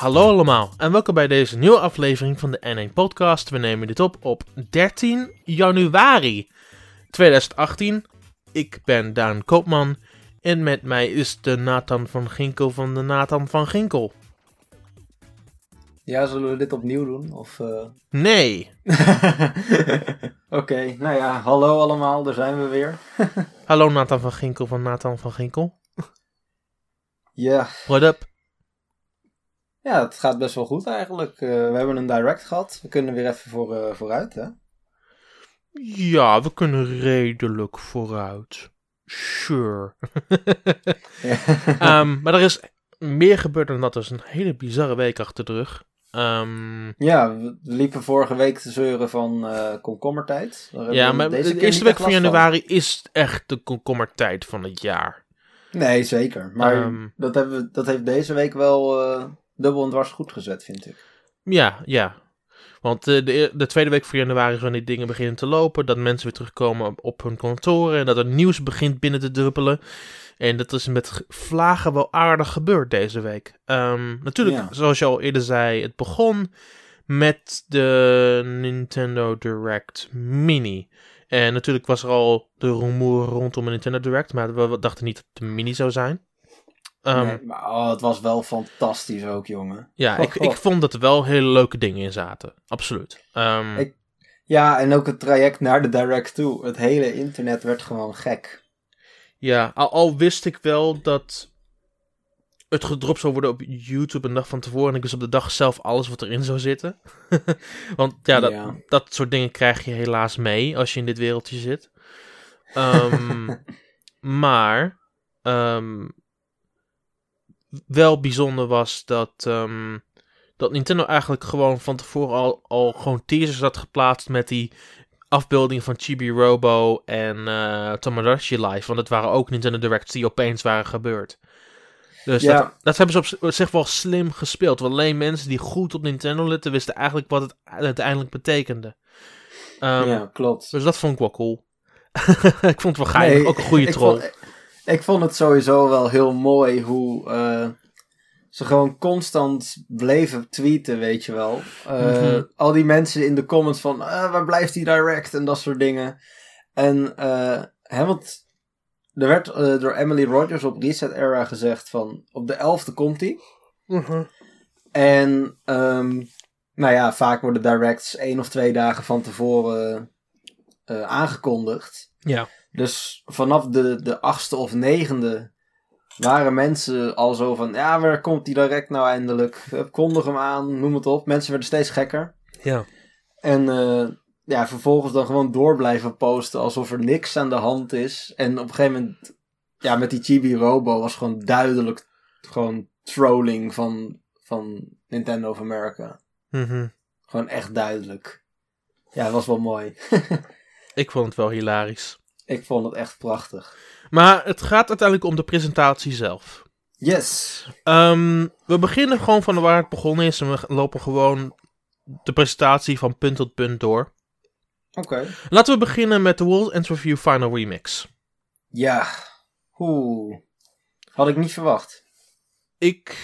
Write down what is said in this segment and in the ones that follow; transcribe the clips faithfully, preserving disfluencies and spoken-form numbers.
Hallo allemaal en welkom bij deze nieuwe aflevering van de N één podcast. We nemen dit op op dertien januari tweeduizend achttien. Ik ben Daan Koopman en met mij is de Nathan van Ginkel van de Nathan van Ginkel. Ja, zullen we dit opnieuw doen? Of, uh... Nee. Oké, okay, nou ja, hallo allemaal, daar zijn we weer. Hallo Nathan van Ginkel van Nathan van Ginkel. Ja. Yeah. What up? Ja, het gaat best wel goed eigenlijk. Uh, we hebben een direct gehad. We kunnen weer even voor, uh, vooruit, hè? Ja, we kunnen redelijk vooruit. Sure. um, maar er is meer gebeurd dan dat. Er is een hele bizarre week achter de rug. Um, ja, we liepen vorige week te zeuren van uh, komkommertijd. Ja, maar de eerste week van januari van. is echt de komkommertijd van het jaar. Nee, zeker. Maar um, dat, hebben we, dat heeft deze week wel uh, dubbel en dwars goed gezet, vind ik. Ja, ja. Want uh, de, de tweede week van januari is wanneer dingen beginnen te lopen. Dat mensen weer terugkomen op, op hun kantoren. En dat er nieuws begint binnen te druppelen. En dat is met vlagen wel aardig gebeurd deze week. Um, natuurlijk, ja. Zoals je al eerder zei, het begon met de Nintendo Direct Mini. En natuurlijk was er al de rumoer rondom de Nintendo Direct, maar we dachten niet dat het de Mini zou zijn. Um, nee, maar oh, het was wel fantastisch ook, jongen. Ja, ik, ik vond dat er wel hele leuke dingen in zaten. Absoluut. Um, ik, ja, en ook het traject naar de Direct toe. Het hele internet werd gewoon gek. Ja, al, al wist ik wel dat het gedropt zou worden op YouTube een dag van tevoren. En ik wist op de dag zelf alles wat erin zou zitten. Want ja dat, ja, dat soort dingen krijg je helaas mee als je in dit wereldje zit. Um, maar um, wel bijzonder was dat, um, dat Nintendo eigenlijk gewoon van tevoren al, al gewoon teasers had geplaatst met die afbeeldingen van Chibi Robo en uh, Tomodachi Live. Want het waren ook Nintendo Directs die opeens waren gebeurd. Dus ja. dat, dat hebben ze op zich wel slim gespeeld. Want alleen mensen die goed op Nintendo letten wisten eigenlijk wat het uiteindelijk betekende. Um, ja, klopt. Dus dat vond ik wel cool. Ik vond het wel geinig. Nee, ook een goede troll. Ik vond, ik vond het sowieso wel heel mooi hoe uh, ze gewoon constant bleven tweeten, weet je wel. Uh, mm-hmm. Al die mensen in de comments van, uh, waar blijft die Direct en dat soort dingen. En uh, hè, want er werd uh, door Emily Rogers op Reset Era gezegd van, op de elfde komt hij. Mm-hmm. En um, nou ja, vaak worden Directs één of twee dagen van tevoren uh, aangekondigd. Ja. Dus vanaf de, de achtste of negende waren mensen al zo van, ja, waar komt die Direct nou eindelijk? Kondig hem aan, noem het op. Mensen werden steeds gekker. Ja. En uh, ja, vervolgens dan gewoon door blijven posten alsof er niks aan de hand is. En op een gegeven moment, ja, met die Chibi Robo was gewoon duidelijk gewoon trolling van, van Nintendo of America. Mm-hmm. Gewoon echt duidelijk. Ja, dat was wel mooi. Ik vond het wel hilarisch. Ik vond het echt prachtig. Maar het gaat uiteindelijk om de presentatie zelf. Yes. Um, we beginnen gewoon van waar het begonnen is. En we lopen gewoon de presentatie van punt tot punt door. Oké. Okay. Laten we beginnen met de World End Review Final Remix. Ja. Oeh. Had ik niet verwacht. Ik...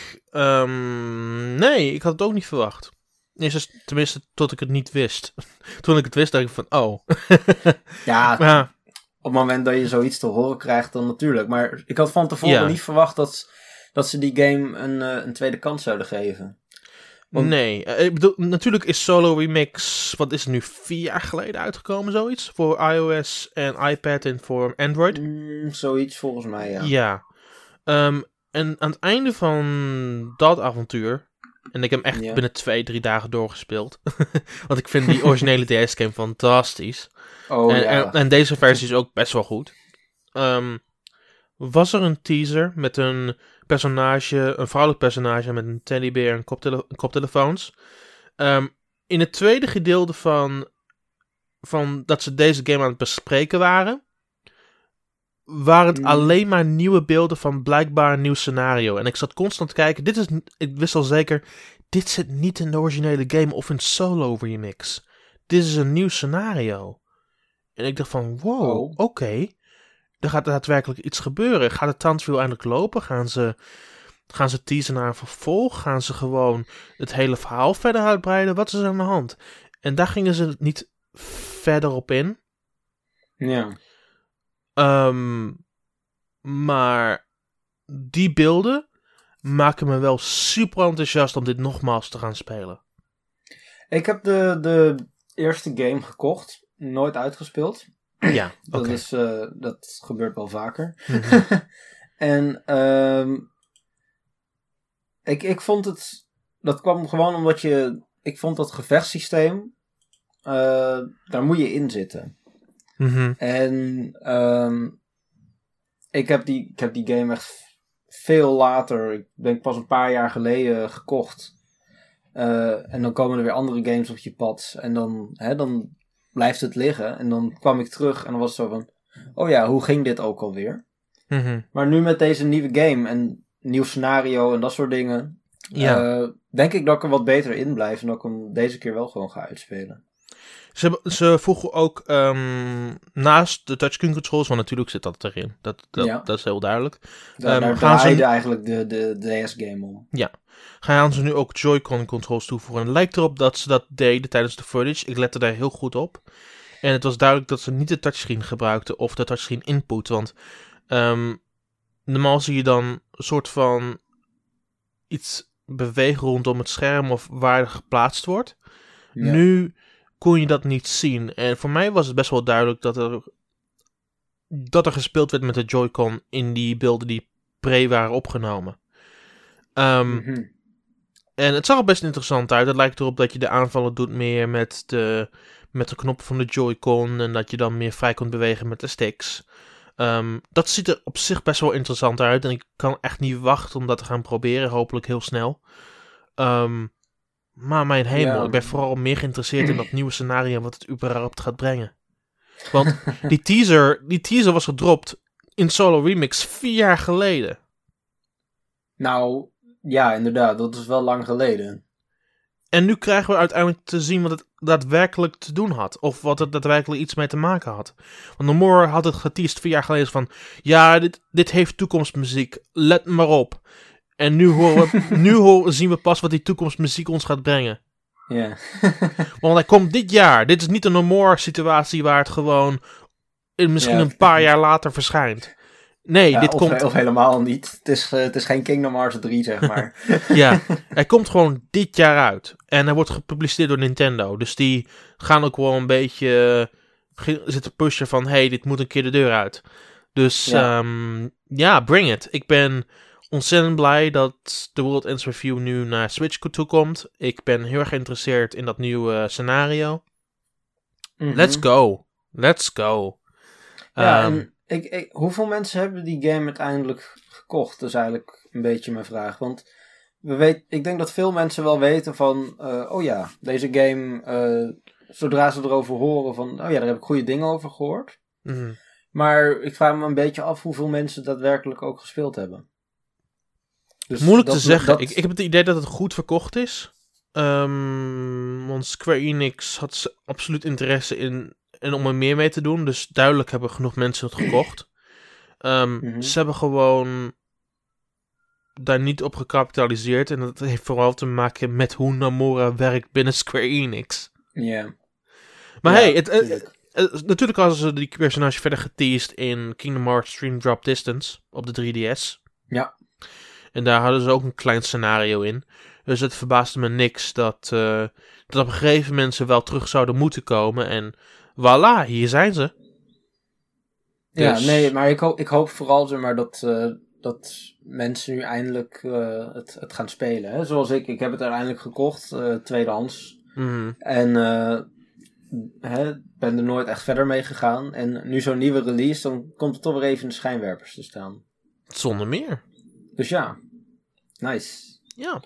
Um, nee, ik had het ook niet verwacht. Eerst, tenminste, tot ik het niet wist. Toen ik het wist, dacht ik van, oh. ja, ja, op het moment dat je zoiets te horen krijgt, dan natuurlijk. Maar ik had van tevoren ja. niet verwacht dat, dat ze die game een, uh, een tweede kans zouden geven. Want... Nee, uh, ik bedoel, natuurlijk is Solo Remix, wat is het nu, vier jaar geleden uitgekomen, zoiets? Voor iOS en iPad en voor Android? Mm, zoiets volgens mij, ja. Ja. Um, en aan het einde van dat avontuur, en ik heb hem echt ja. binnen twee, drie dagen doorgespeeld. Want ik vind die originele D S-game fantastisch. Oh, en, ja. en, en deze versie is ook best wel goed. Um, was er een teaser met een personage, een vrouwelijk personage met een teddybeer en koptele- koptelefoons. Um, in het tweede gedeelte van, van dat ze deze game aan het bespreken waren, waren het mm. alleen maar nieuwe beelden van blijkbaar een nieuw scenario. En ik zat constant te kijken, dit is, ik wist al zeker, dit zit niet in de originele game of in Solo Remix. Dit is een nieuw scenario. En ik dacht van, wow, oh. oké. Okay. Er gaat daadwerkelijk iets gebeuren. Gaat het Townsville eindelijk lopen? Gaan ze, Gaan ze teasen naar een vervolg? Gaan ze gewoon het hele verhaal verder uitbreiden? Wat is er aan de hand? En daar gingen ze niet verder op in. Ja. Um, maar die beelden maken me wel super enthousiast om dit nogmaals te gaan spelen. Ik heb de, de eerste game gekocht. Nooit uitgespeeld. Ja, dat, okay. is, uh, dat gebeurt wel vaker. Mm-hmm. en um, ik, ik vond het... Dat kwam gewoon omdat je... Ik vond dat gevechtssysteem... Uh, daar moet je in zitten. Mm-hmm. En um, ik, heb die, ik heb die game echt veel later... Ik denk pas een paar jaar geleden gekocht. Uh, en dan komen er weer andere games op je pad. En dan, hè, dan blijft het liggen. En dan kwam ik terug en dan was het zo van... Oh ja, hoe ging dit ook alweer? Mm-hmm. Maar nu met deze nieuwe game en nieuw scenario en dat soort dingen... Ja. Uh, denk ik dat ik er wat beter in blijf. En dat ik hem deze keer wel gewoon ga uitspelen. Ze, ze voegen ook um, naast de touchscreen controls, want natuurlijk zit dat erin. Dat, dat, ja. dat is heel duidelijk. Daar, um, daar gaan draaide ze... eigenlijk de, de, de D S-game om. Ja. Gaan ze nu ook Joy-Con controls toevoegen. En het lijkt erop dat ze dat deden tijdens de footage. Ik lette daar heel goed op. En het was duidelijk dat ze niet de touchscreen gebruikten of de touchscreen input. Want um, normaal zie je dan een soort van iets bewegen rondom het scherm of waar er geplaatst wordt. Ja. Nu kon je dat niet zien. En voor mij was het best wel duidelijk dat er, dat er gespeeld werd met de Joy-Con in die beelden die pre waren opgenomen. Um, mm-hmm. En het zag er best interessant uit. Het lijkt erop dat je de aanvallen doet meer met de, met de knoppen van de Joy-Con. En dat je dan meer vrij kunt bewegen met de sticks. Um, dat ziet er op zich best wel interessant uit. En ik kan echt niet wachten om dat te gaan proberen. Hopelijk heel snel. Um, maar mijn hemel, ja. Ik ben vooral meer geïnteresseerd in dat nieuwe scenario. Wat het überhaupt gaat brengen. Want die teaser, die teaser was gedropt in Solo Remix vier jaar geleden. Nou... Ja, inderdaad. Dat is wel lang geleden. En nu krijgen we uiteindelijk te zien wat het daadwerkelijk te doen had. Of wat het daadwerkelijk iets mee te maken had. Want Nomura had het geteased vier jaar geleden van... Ja, dit, dit heeft toekomstmuziek. Let maar op. En nu, horen we, nu horen, zien we pas wat die toekomstmuziek ons gaat brengen. Ja. Want hij komt dit jaar. Dit is niet een Nomura situatie waar het gewoon... misschien ja, een paar jaar later verschijnt. Nee, ja, dit of, komt... Of helemaal niet. Het is, uh, het is geen Kingdom Hearts drie, zeg maar. Ja, hij komt gewoon dit jaar uit. En hij wordt gepubliceerd door Nintendo. Dus die gaan ook wel een beetje uh, zitten pushen van... Hey, dit moet een keer de deur uit. Dus ja, um, ja bring it. Ik ben ontzettend blij dat The World Ends With You nu naar Switch toe komt. Ik ben heel erg geïnteresseerd in dat nieuwe scenario. Mm-hmm. Let's go. Let's go. Ja, um, en... Ik, ik, hoeveel mensen hebben die game uiteindelijk gekocht? Dat is eigenlijk een beetje mijn vraag. Want we weet, ik denk dat veel mensen wel weten van... Uh, oh ja, deze game... Uh, zodra ze erover horen van... Oh ja, daar heb ik goede dingen over gehoord. Mm-hmm. Maar ik vraag me een beetje af hoeveel mensen daadwerkelijk ook gespeeld hebben. Dus moeilijk dat, te zeggen. Dat... Ik, ik heb het idee dat het goed verkocht is. Um, want Square Enix had absoluut interesse in... En om er meer mee te doen. Dus duidelijk hebben genoeg mensen het gekocht. Um, mm-hmm. Ze hebben gewoon daar niet op gecapitaliseerd. En dat heeft vooral te maken met hoe Nomura werkt binnen Square Enix. Ja. Yeah. Maar ja, hey, het, het, het, het, natuurlijk hadden ze die personage verder geteased in Kingdom Hearts Dream Drop Distance op de drie D S. Ja. En daar hadden ze ook een klein scenario in. Dus het verbaasde me niks dat, uh, dat op een gegeven moment ze wel terug zouden moeten komen. En voilà, hier zijn ze. Dus... Ja, nee, maar ik, ho- ik hoop vooral zeg maar, dat, uh, dat mensen nu eindelijk uh, het, het gaan spelen. Hè? Zoals ik, ik heb het uiteindelijk gekocht, uh, tweedehands. Mm. En uh, hè, ben er nooit echt verder mee gegaan. En nu zo'n nieuwe release, dan komt het toch weer even in de schijnwerpers te staan. Zonder meer. Dus ja, nice. Ja.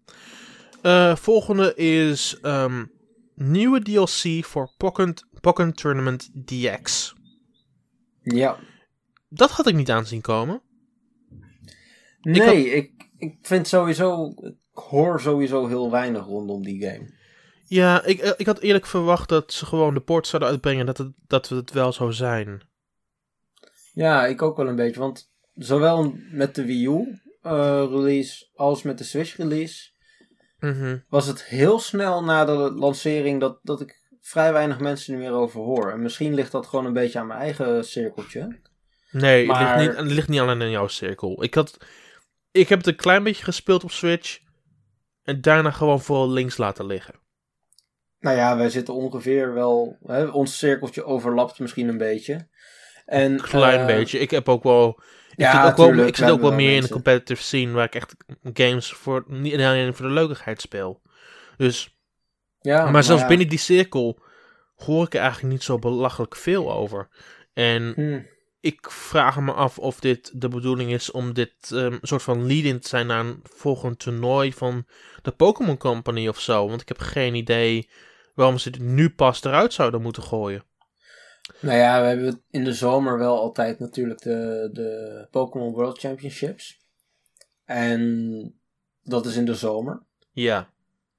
Uh, volgende is um, nieuwe D L C voor Pokken, Pokken Tournament D X. Ja. Dat had ik niet aanzien komen. Nee, ik, had... ik, ik vind sowieso... Ik hoor sowieso heel weinig rondom die game. Ja, ik, ik had eerlijk verwacht dat ze gewoon de port zouden uitbrengen. Dat het, dat het wel zou zijn. Ja, ik ook wel een beetje. Want zowel met de Wii U uh, release als met de Switch release, Mm-hmm. was het heel snel na de lancering dat, dat ik vrij weinig mensen er meer over hoor. En misschien ligt dat gewoon een beetje aan mijn eigen cirkeltje. Nee, maar... het, ligt niet, het ligt niet alleen in jouw cirkel. Ik, had, ik heb het een klein beetje gespeeld op Switch en daarna gewoon vooral links laten liggen. Nou ja, wij zitten ongeveer wel... Hè, ons cirkeltje overlapt misschien een beetje. En, Een klein uh, beetje. Ik heb ook wel... Ik ja, zit ook tuurlijk, wel, ik zit we ook wel hebben meer wel in de mensen. competitive scene waar ik echt games voor, niet alleen voor de leukigheid speel. Dus, Ja, maar zelfs ja. binnen die cirkel hoor ik er eigenlijk niet zo belachelijk veel over. En Hm. ik vraag me af of dit de bedoeling is om dit um, een soort van lead-in te zijn naar een volgend toernooi van de Pokémon Company of zo. Want ik heb geen idee waarom ze dit nu pas eruit zouden moeten gooien. Nou ja, we hebben in de zomer wel altijd natuurlijk de, de Pokémon World Championships. En dat is in de zomer. Ja.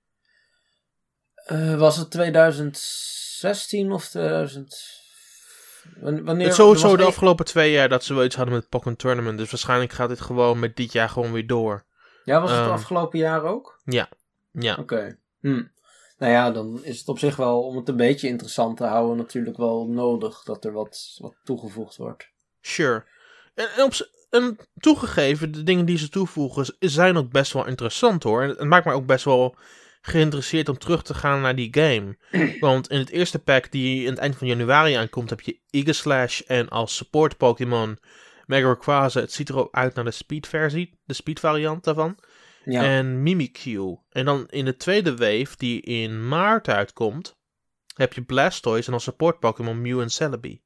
Uh, was het twintig zestien of tweeduizend... Wanneer, Het is sowieso er de was afgelopen twee jaar dat ze wel iets hadden met het Pokémon Tournament. Dus waarschijnlijk gaat dit gewoon met dit jaar gewoon weer door. een... Ja, was het Um, afgelopen jaar ook? Ja. Ja. Oké. Okay. Hm. Nou ja, dan is het op zich wel, om het een beetje interessant te houden, natuurlijk wel nodig dat er wat, wat toegevoegd wordt. Sure. En, en, op, z- en toegegeven, de dingen die ze toevoegen z- zijn ook best wel interessant hoor. En het maakt mij ook best wel geïnteresseerd om terug te gaan naar die game. Want in het eerste pack die in het eind van januari aankomt, heb je Aegislash en als support Pokémon Mega Rayquaza. Het ziet er ook uit naar de speed versie, de speed variant daarvan. Ja. En Mimikyu. En dan in de tweede wave, die in maart uitkomt, heb je Blastoise en als support Pokémon Mew en Celebi.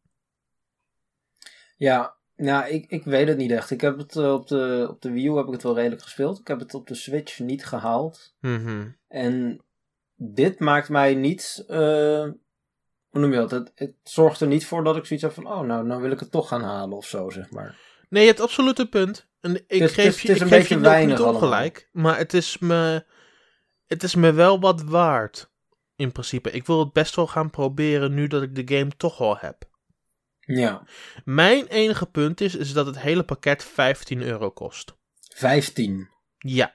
Ja, nou, ik, ik weet het niet echt. Ik heb het uh, op de, op de Wii U heb ik het wel redelijk gespeeld. Ik heb het op de Switch niet gehaald. Mhm. En dit maakt mij niet... Uh, hoe noem je dat? Het, het zorgt er niet voor dat ik zoiets heb van... Oh, nou, nou wil ik het toch gaan halen of zo, zeg maar. Nee, je hebt absoluut een punt. En ik Het is- geef het is- je, het is ik een geef je beetje nog weinig niet allemaal. ongelijk. Maar het is, me, het is me wel wat waard. In principe. Ik wil het best wel gaan proberen nu dat ik de game toch al heb. Ja, Mijn enige punt is, is dat het hele pakket vijftien euro kost. vijftien. Ja.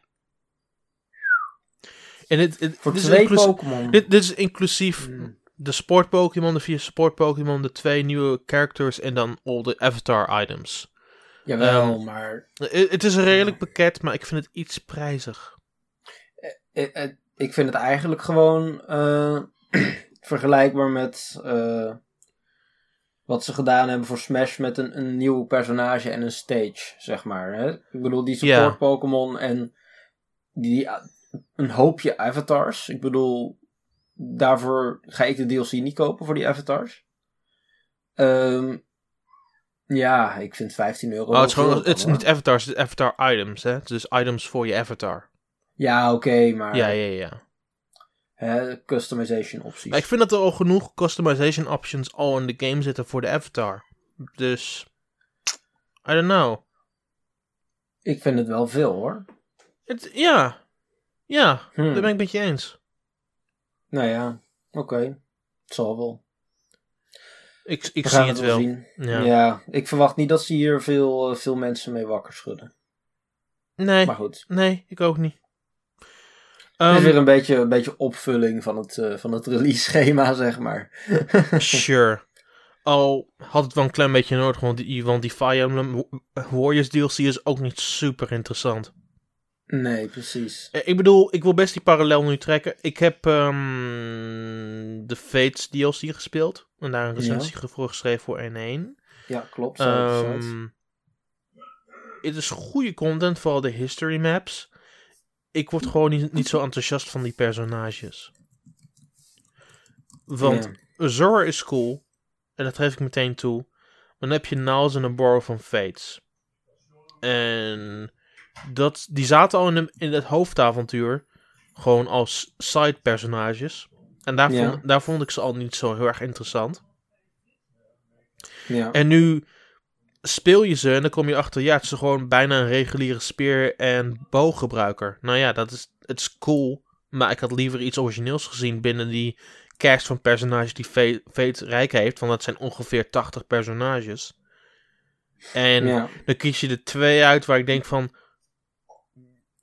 En het, het, Voor dit is twee inclus- Pokémon. Dit, dit is inclusief Hmm. de sport Pokémon, de vier support Pokémon, de twee nieuwe characters en dan al de avatar items. Jawel, Um, maar... Het het is een redelijk pakket, maar ik vind het iets prijzig. Ik, ik- ik vind het eigenlijk gewoon uh, vergelijkbaar met uh, wat ze gedaan hebben voor Smash met een, een nieuw personage en een stage, zeg maar. Hè? Ik bedoel, die support Ja. Pokémon en die, een hoopje avatars. Ik bedoel, daarvoor ga ik de D L C niet kopen voor die avatars. Um, ja, ik vind vijftien euro. Oh, het is, wel gewoon, veel het is dan, niet avatars, het is avatar items, hè? Het is dus items voor je avatar. hoor. Ja, oké, okay, maar Ja, ja, ja. hè, customization opties. Maar ik vind dat er al genoeg customization options al in de game zitten voor de avatar. Dus, I don't know. Ik vind het wel veel, hoor. Het, ja, ja, Hmm. daar ben ik met je eens. Nou ja, oké. Okay. Het zal wel. Ik, ik We zie gaan het wel. zien. Ja. Ja, ik verwacht niet dat ze hier veel, uh, veel mensen mee wakker schudden. Nee, Maar goed. nee, ik ook niet. Het is Um, weer een beetje, een beetje opvulling van het, uh, van het release schema, zeg maar. Sure. Al had het wel een klein beetje nodig, want die, want die Fire Emblem Warriors D L C is ook niet super interessant. Nee, precies. Eh, Ik bedoel, ik wil best die parallel nu trekken. Ik heb um, de Fates D L C gespeeld. En daar een recensie ja. voor geschreven voor N één. Ja, klopt. Zo Um, het is goede content, vooral de history maps. Ik word gewoon niet, niet zo enthousiast van die personages. Want ja. Zora is cool. En dat geef ik meteen toe. Maar dan heb je Niles en een Borrow van Fates. En dat, die zaten al in, de, in het hoofdavontuur. Gewoon als side personages. En daar, ja. vond, daar vond ik ze al niet zo heel erg interessant. Ja. En nu speel je ze en dan kom je achter, ja, het is gewoon bijna een reguliere speer- en booggebruiker. Nou ja, dat is, het is cool, maar ik had liever iets origineels gezien binnen die cast van personages die Fate, Fate Rijk heeft, want dat zijn ongeveer tachtig personages. En ja. dan kies je er twee uit waar ik denk van,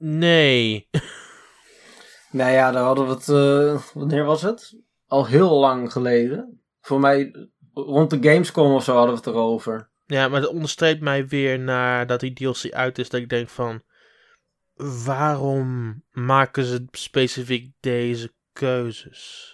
Nee. Nou ja, daar hadden we het... Uh, wanneer was het? Al heel lang geleden. Voor mij, rond de Gamescom of zo hadden we het erover. Ja, maar het onderstreept mij weer nadat die D L C uit is, dat ik denk van... Waarom maken ze specifiek deze keuzes?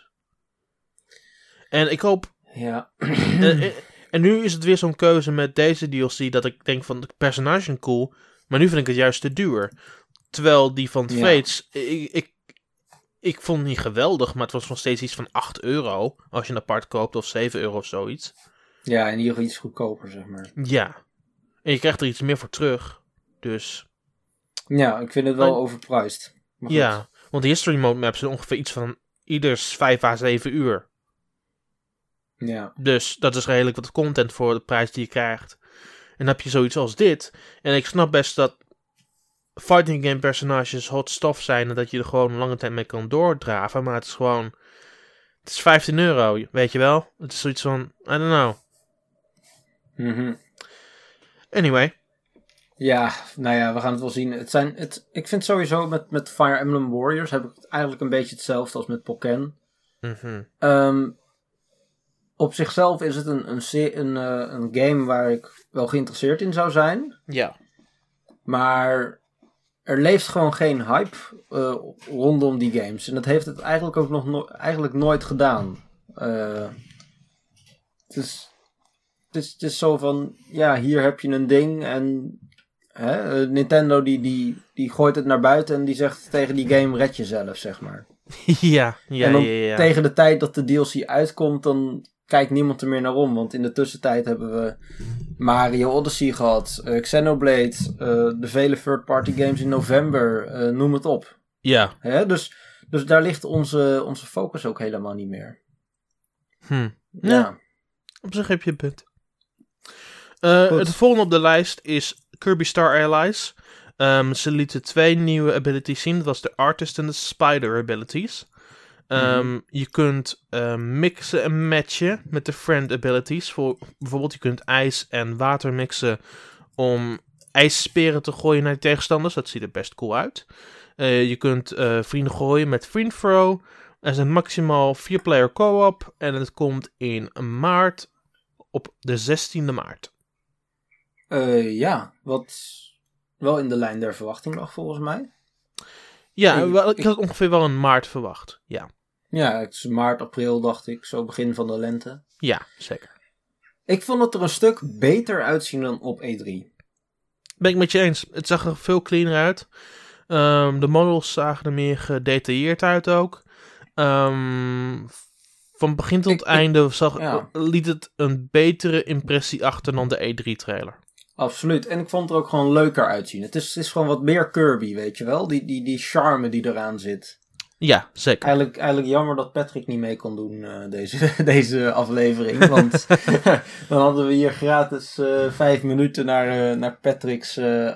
En ik hoop... Ja. en, en nu is het weer zo'n keuze met deze D L C dat ik denk van de personages zijn cool, maar nu vind ik het juist te duur. Terwijl die van Ja. Fates, ik, ik, ik vond het niet geweldig, maar het was nog steeds iets van acht euro als je een apart koopt of zeven euro of zoiets. Ja, in ieder geval iets goedkoper, zeg maar. Ja. En je krijgt er iets meer voor terug. Dus... Ja, ik vind het wel Maar, overpriced. Maar ja, want de history mode maps zijn ongeveer iets van ieders vijf à zeven uur. Ja. Dus dat is redelijk wat content voor de prijs die je krijgt. En dan heb je zoiets als dit. En ik snap best dat fighting game personages hot stuff zijn en dat je er gewoon een lange tijd mee kan doordraven. Maar het is gewoon... Het is vijftien euro, weet je wel? Het is zoiets van... I don't know. Mm-hmm. Anyway. Ja, nou ja, we gaan het wel zien. Het zijn, het, ik vind sowieso met, met Fire Emblem Warriors heb ik het eigenlijk een beetje hetzelfde als met Pokken. Mm-hmm. Um, op zichzelf is het een, een, een, uh, een game waar ik wel geïnteresseerd in zou zijn. Ja. Maar er leeft gewoon geen hype uh, rondom die games. En dat heeft het eigenlijk ook nog no- eigenlijk nooit gedaan. Uh, het, is, het, is, het is zo van, ja, hier heb je een ding en hè, Nintendo die, die, die gooit het naar buiten en die zegt tegen die game red jezelf, zeg maar. ja, ja, en dan ja, ja. tegen de tijd dat de D L C uitkomt, dan kijkt niemand er meer naar om. Want in de tussentijd hebben we Mario Odyssey gehad, uh, Xenoblade, uh, de vele third-party games in november, uh, noem het op. Ja. Hè? Dus, dus daar ligt onze, onze focus ook helemaal niet meer. Hm. Ja. Ja. Op zich heb je een punt. Uh, het volgende op de lijst is Kirby Star Allies. Um, ze lieten twee nieuwe abilities zien. Dat was de Artist en de Spider abilities. Um, mm-hmm. Je kunt uh, mixen en matchen met de Friend abilities. Voor, bijvoorbeeld je kunt ijs en water mixen om ijssperen te gooien naar je tegenstanders. Dat ziet er best cool uit. Uh, je kunt uh, vrienden gooien met Friend Throw. Er zijn maximaal vier player co-op. En het komt in maart op de zestiende maart. Uh, ja, wat wel in de lijn der verwachting lag volgens mij. Ja, ik, wel, ik, ik had ongeveer wel in maart verwacht, ja. Ja, het is maart, april dacht ik, zo begin van de lente. Ja, zeker. Ik vond het er een stuk beter uitzien dan op E drie. Ben ik met je eens. Het zag er veel cleaner uit. Um, de models zagen er meer gedetailleerd uit ook. Um, van begin tot ik, einde ik, zag, ja. liet het een betere impressie achter dan de E drie trailer. Absoluut. En ik vond het er ook gewoon leuker uitzien. Het is, het is gewoon wat meer Kirby, weet je wel? Die, die, die charme die eraan zit. Ja, zeker. Eigenlijk, eigenlijk jammer dat Patrick niet mee kon doen uh, deze, deze aflevering. Want dan hadden we hier gratis uh, vijf minuten naar, uh, naar Patrick's uh,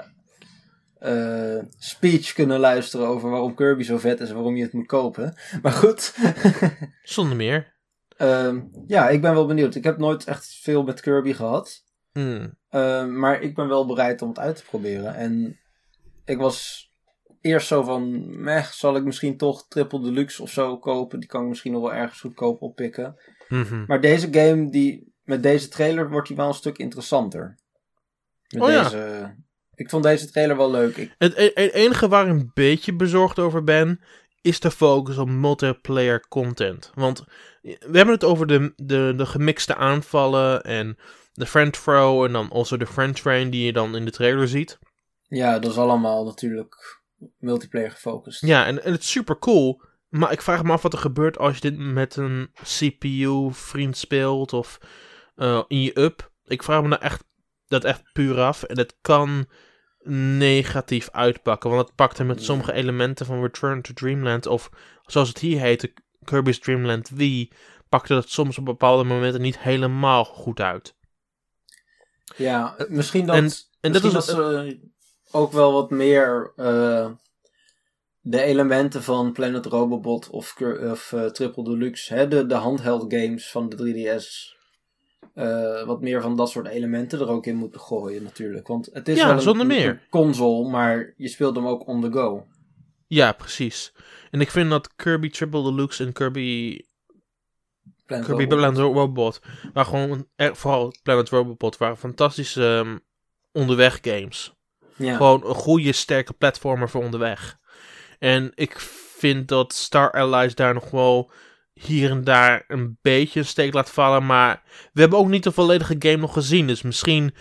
uh, speech kunnen luisteren over waarom Kirby zo vet is en waarom je het moet kopen. Maar goed. Zonder meer. Uh, ja, ik ben wel benieuwd. Ik heb nooit echt veel met Kirby gehad. Mm. Uh, maar ik ben wel bereid om het uit te proberen. En ik was eerst zo van, meh, zal ik misschien toch Triple Deluxe of zo kopen? Die kan ik misschien nog wel ergens goedkoop oppikken. Mm-hmm. Maar deze game, die, met deze trailer wordt die wel een stuk interessanter. Met oh deze, ja. Ik vond deze trailer wel leuk. Ik... Het, het, het enige waar ik een beetje bezorgd over ben, is de focus op multiplayer content. Want we hebben het over de, de, de gemixte aanvallen en de friend throw en dan also de friend train die je dan in de trailer ziet. Ja, dat is allemaal natuurlijk multiplayer gefocust. Ja, en, en het is super cool. Maar ik vraag me af wat er gebeurt als je dit met een C P U-vriend speelt of uh, in je up. Ik vraag me nou echt, dat echt puur af. En het kan negatief uitpakken. Want het pakt hem met sommige elementen van Return to Dreamland. Of zoals het hier heet, Kirby's Dream Land Wii. Pakte dat soms op bepaalde momenten niet helemaal goed uit. Ja, misschien dat, en, en misschien dat, is, dat ze uh, ook wel wat meer uh, de elementen van Planet Robobot of, of uh, Triple Deluxe, hè, de, de handheld games van de drie D S, uh, wat meer van dat soort elementen er ook in moeten gooien natuurlijk. Want het is ja, wel een, zonder meer. een console, maar je speelt hem ook on the go. Ja, precies. En ik vind dat Kirby Triple Deluxe en Kirby... Planet Kirby Robot. Planet Robot, waar gewoon, er, vooral Planet Robot, waren fantastische um, onderweg games. Ja. Gewoon een goede, sterke platformer voor onderweg. En ik vind dat Star Allies daar nog wel hier en daar een beetje een steek laat vallen. Maar we hebben ook niet de volledige game nog gezien. Dus misschien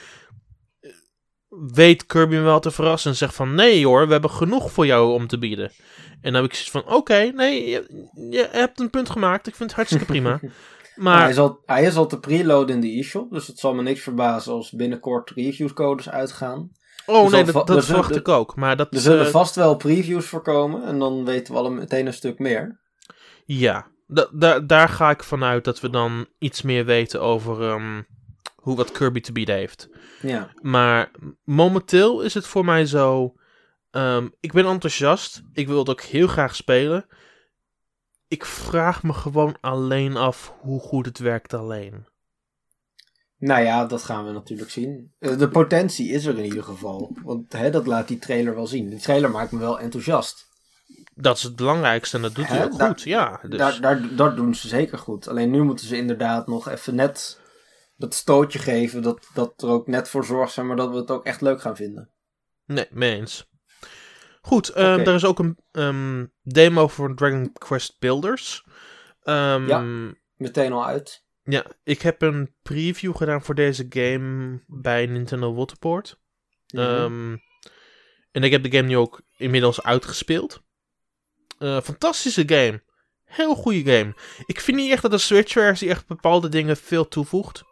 weet Kirby me wel te verrassen en zegt van... Nee hoor, we hebben genoeg voor jou om te bieden. En dan heb ik zoiets van... Oké, okay, nee, je, je hebt een punt gemaakt. Ik vind het hartstikke prima. Maar... Ja, hij, is al, hij is al te preloaden in de e-shop. Dus het zal me niks verbazen als binnenkort reviewcodes uitgaan. Oh er nee, va- dat, dat er verwacht zullen- ik ook. Maar dat, Er zullen uh, vast wel previews voorkomen. En dan weten we al meteen een stuk meer. Ja, da- da- daar ga ik vanuit dat we dan iets meer weten over um, hoe wat Kirby te bieden heeft. Ja. Maar momenteel is het voor mij zo... Um, ik ben enthousiast. Ik wil het ook heel graag spelen. Ik vraag me gewoon alleen af hoe goed het werkt alleen. Nou ja, dat gaan we natuurlijk zien. Uh, De potentie is er in ieder geval. Want hè, dat laat die trailer wel zien. Die trailer maakt me wel enthousiast. Dat is het belangrijkste en dat doet Hè, hij ook daar- goed, ja. Dus. Daar, daar, dat doen ze zeker goed. Alleen nu moeten ze inderdaad nog even net dat stootje geven. Dat, dat er ook net voor zorgt, zeg maar, dat we het ook echt leuk gaan vinden. Nee, mee eens. Goed, um, Oké. er is ook een um, demo voor Dragon Quest Builders. Um, Ja. Meteen al uit. Ja, ik heb een preview gedaan voor deze game bij Nintendo Waterport. Mhm. Um, en ik heb de game nu ook inmiddels uitgespeeld. Uh, fantastische game. Heel goede game. Ik vind niet echt dat de Switch-versie echt bepaalde dingen veel toevoegt.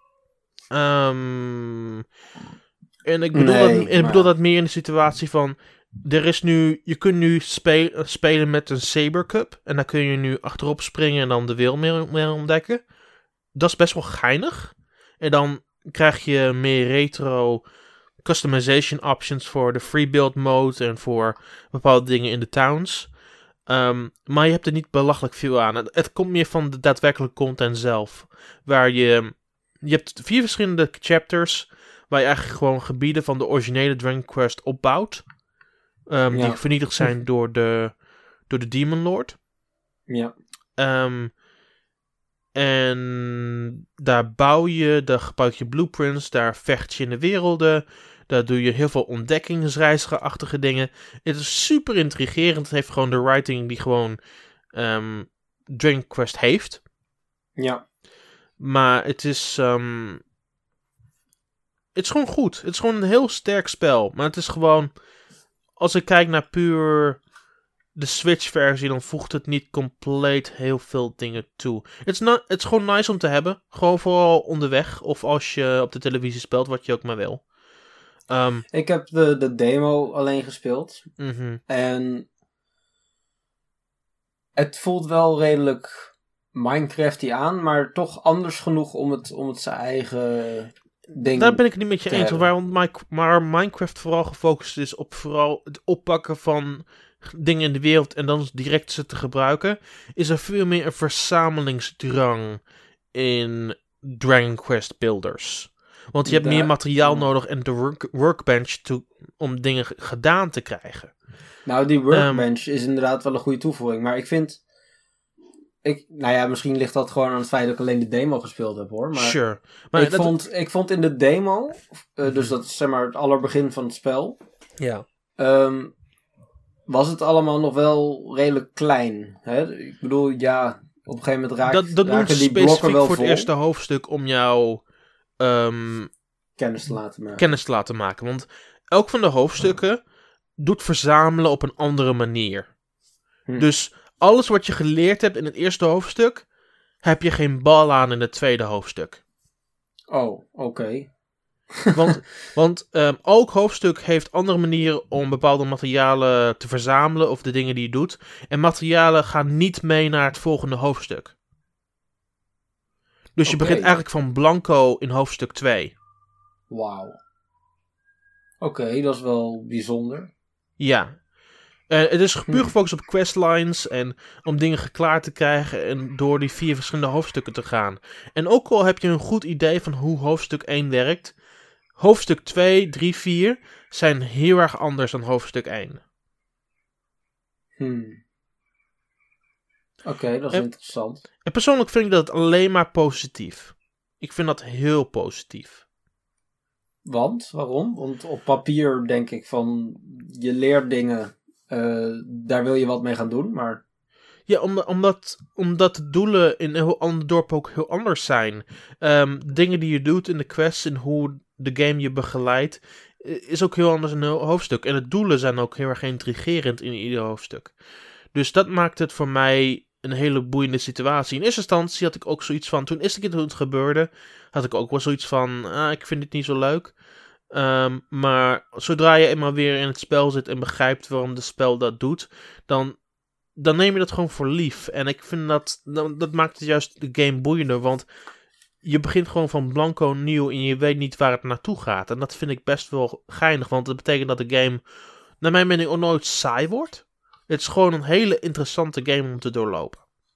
Um, en ik bedoel, Nee, dat, en ik maar- bedoel dat meer in de situatie van... Er is nu, je kunt nu spe- spelen met een Saber Cup. En dan kun je nu achterop springen en dan de wereld meer, meer ontdekken. Dat is best wel geinig. En dan krijg je meer retro customization options voor de free build mode en voor bepaalde dingen in de towns. Um, maar je hebt er niet belachelijk veel aan. Het, het komt meer van de daadwerkelijke content zelf. Waar je... Je hebt vier verschillende chapters waar je eigenlijk gewoon gebieden van de originele Dragon Quest opbouwt. Um, Ja. Die vernietigd zijn door de, door de Demon Lord. Ja. Um, en daar bouw je, daar gebruik je blueprints, daar vecht je in de werelden. Daar doe je heel veel ontdekkingsreisige-achtige dingen. Het is super intrigerend. Het heeft gewoon de writing die gewoon um, Dragon Quest heeft. Ja. Maar het is... Um, het is gewoon goed. Het is gewoon een heel sterk spel. Maar het is gewoon... Als ik kijk naar puur de Switch-versie, dan voegt het niet compleet heel veel dingen toe. Het is, na- het is gewoon nice om te hebben. Gewoon vooral onderweg. Of als je op de televisie speelt, wat je ook maar wil. Um, Ik heb de, de demo alleen gespeeld. mm-hmm. En het voelt wel redelijk Minecrafty aan, maar toch anders genoeg om het, om het zijn eigen ding Daar ben ik het niet met je te eens. hebben. Waarom Mi- maar Minecraft vooral gefocust is op vooral het oppakken van dingen in de wereld en dan direct ze te gebruiken, is er veel meer een verzamelingsdrang in Dragon Quest Builders. Want je hebt Daar- meer materiaal ja. nodig en de work- workbench to, om dingen g- gedaan te krijgen. Nou, die workbench Ehm. is inderdaad wel een goede toevoeging, maar ik vind... Ik, nou ja, misschien ligt dat gewoon aan het feit dat ik alleen de demo gespeeld heb, hoor. Maar Sure. Maar ik, dat- vond, ik vond in de demo, uh, dus dat is zeg maar het allerbegin van het spel, Ja. um, was het allemaal nog wel redelijk klein. Hè? Ik bedoel, ja, op een gegeven moment raakt, Dat, dat doen raken ze die blokken specifiek wel voor vol. het eerste hoofdstuk om jou um, Kennis te laten maken. kennis te laten maken. Want elk van de hoofdstukken doet verzamelen op een andere manier. Hm. Dus alles wat je geleerd hebt in het eerste hoofdstuk, heb je geen bal aan in het tweede hoofdstuk. Oh, oké. Want, want um, elk hoofdstuk heeft andere manieren om bepaalde materialen te verzamelen of de dingen die je doet. En materialen gaan niet mee naar het volgende hoofdstuk. Dus je Oké. begint eigenlijk van blanco in hoofdstuk twee. Wauw. Oké, dat is wel bijzonder. Ja. Uh, het is puur Hmm. gefocust op questlines en om dingen geklaard te krijgen en door die vier verschillende hoofdstukken te gaan. En ook al heb je een goed idee van hoe hoofdstuk één werkt, hoofdstuk twee, drie, vier zijn heel erg anders dan hoofdstuk één. Hmm. Oké, okay, dat is en, interessant. En persoonlijk vind ik dat alleen maar positief. Ik vind dat heel positief. Want? Waarom? Want op papier denk ik van, je leert dingen, uh, daar wil je wat mee gaan doen, maar... Ja, om, omdat, omdat de doelen in een heel ander dorp ook heel anders zijn. Um, dingen die je doet in de quests en hoe de game je begeleidt, is ook heel anders in een hoofdstuk. En de doelen zijn ook heel erg intrigerend in ieder hoofdstuk. Dus dat maakt het voor mij een hele boeiende situatie. In eerste instantie had ik ook zoiets van, toen eerste keer toen het gebeurde, had ik ook wel zoiets van, ah, ik vind dit niet zo leuk. Um, maar zodra je eenmaal weer in het spel zit en begrijpt waarom het spel dat doet, dan, dan neem je dat gewoon voor lief. En ik vind dat, dat, dat maakt het juist de game boeiender, want je begint gewoon van blanco nieuw en je weet niet waar het naartoe gaat. En dat vind ik best wel geinig, want dat betekent dat de game, naar mijn mening, ook nooit saai wordt. Het is gewoon een hele interessante game om te doorlopen.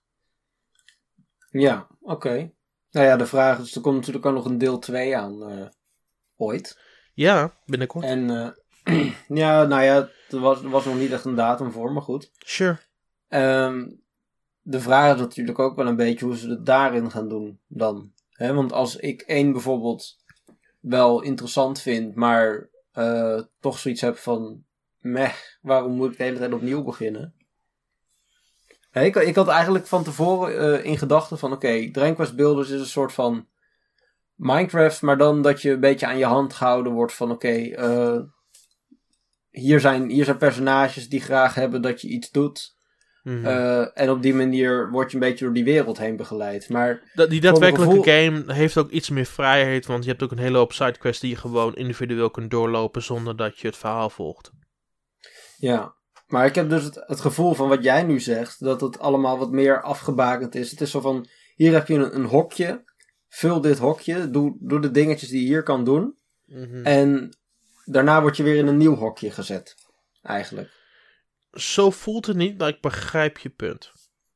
Ja, oké. Okay. Nou ja, de vraag is, er komt natuurlijk ook nog een deel twee aan, uh, ooit. Ja, binnenkort. En uh, ja, nou ja, er was, er was nog niet echt een datum voor, maar goed. Sure. Um, de vraag is natuurlijk ook wel een beetje hoe ze het daarin gaan doen dan. He, want als ik één bijvoorbeeld wel interessant vind, maar uh, toch zoiets heb van, meh, waarom moet ik de hele tijd opnieuw beginnen? Hey, ik, ik had eigenlijk van tevoren uh, in gedachten van, oké, okay, Dragon Quest Builders is een soort van Minecraft, maar dan dat je een beetje aan je hand gehouden wordt van, oké, okay, uh, hier, zijn, hier zijn personages die graag hebben dat je iets doet. Mm-hmm. Uh, en op die manier word je een beetje door die wereld heen begeleid. Maar dat, die daadwerkelijke gevoel... game heeft ook iets meer vrijheid, want je hebt ook een hele hoop sidequests die je gewoon individueel kunt doorlopen zonder dat je het verhaal volgt. Ja, maar ik heb dus het, het gevoel van wat jij nu zegt, dat het allemaal wat meer afgebakend is. Het is zo van, hier heb je een, een hokje, vul dit hokje, doe, doe de dingetjes die je hier kan doen. Mm-hmm. En daarna word je weer in een nieuw hokje gezet, eigenlijk. Zo voelt het niet, maar ik begrijp je punt.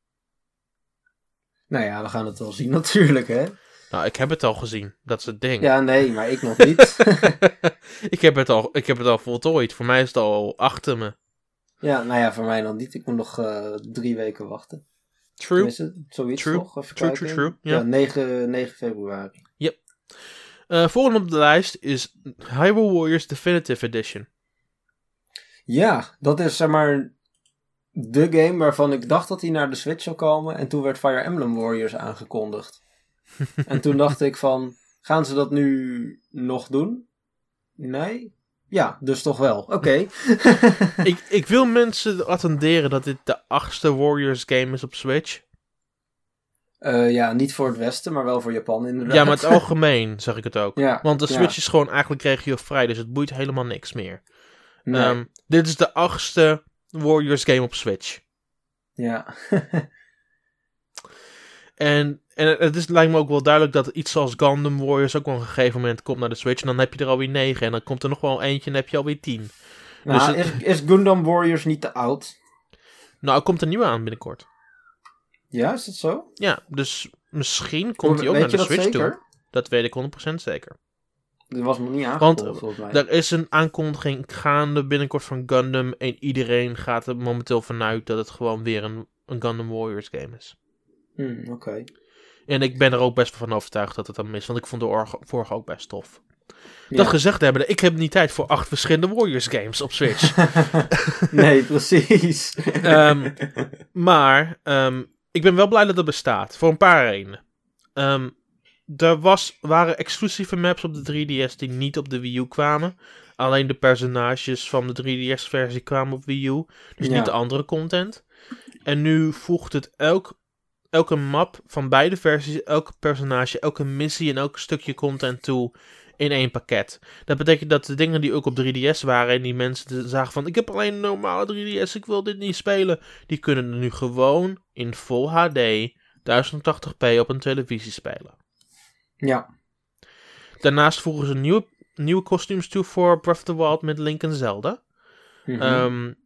Nou ja, we gaan het wel zien natuurlijk, hè. Nou, ik heb het al gezien. Dat is het ding. Ja, nee, maar ik nog niet. ik, heb het al, ik heb het al voltooid. Voor mij is het al achter me. Ja, nou ja, voor mij nog niet. Ik moet nog uh, drie weken wachten. True. Is het zoiets true. nog? Even true, kijken. true, true. Ja, ja negen, negen februari. Yep. Uh, volgende op de lijst is Hyrule Warriors Definitive Edition. Ja, dat is zeg maar de game waarvan ik dacht dat hij naar de Switch zou komen. En toen werd Fire Emblem Warriors aangekondigd. En toen dacht ik van, gaan ze dat nu nog doen? Nee? Ja, dus toch wel. Oké. Okay. ik, ik wil mensen attenderen dat dit de achtste Warriors game is op Switch. Uh, ja, niet voor het Westen, maar wel voor Japan inderdaad. Ja, maar het algemeen zeg ik het ook. Ja, Want de Switch ja. is gewoon eigenlijk regiovrij, dus het boeit helemaal niks meer. Nee. Um, dit is de achtste Warriors game op Switch. Ja. en, en het is, lijkt me ook wel duidelijk dat iets zoals Gundam Warriors ook wel een gegeven moment komt naar de Switch. En dan heb je er alweer negen. En dan komt er nog wel eentje en dan heb je alweer tien. Nou, dus is, is Gundam Warriors niet te oud? Nou, er komt een nieuwe aan binnenkort. Ja, is dat zo? Ja, dus misschien komt hij ook weet naar de je Switch dat zeker? toe. Dat weet ik honderd procent zeker. Dat was nog niet aangekondigd, Want, volgens mij. Er is een aankondiging gaande binnenkort van Gundam. En iedereen gaat er momenteel vanuit dat het gewoon weer een, een Gundam Warriors game is. Hmm, Oké. Okay. En ik ben er ook best van overtuigd dat het dan is. Want ik vond de orga, vorige ook best tof. Ja. Dat gezegd hebben, ik heb niet tijd voor acht verschillende Warriors games op Switch. Nee, precies. um, maar um, ik ben wel blij dat het bestaat. Voor een paar redenen. Um, er was, waren exclusieve maps op de drie D S die niet op de Wii U kwamen. Alleen de personages van de drie D S-versie kwamen op Wii U. Dus ja. niet de andere content. En nu voegt het elk, elke map van beide versies, elke personage, elke missie en elk stukje content toe in één pakket. Dat betekent dat de dingen die ook op drie D S waren en die mensen zagen van, ik heb alleen een normale drie D S, ik wil dit niet spelen. Die kunnen er nu gewoon in Full H D duizend tachtig p op een televisie spelen. Ja. Daarnaast voegen ze nieuwe, nieuwe kostuums toe voor Breath of the Wild met Link en Zelda. Mm-hmm. Um,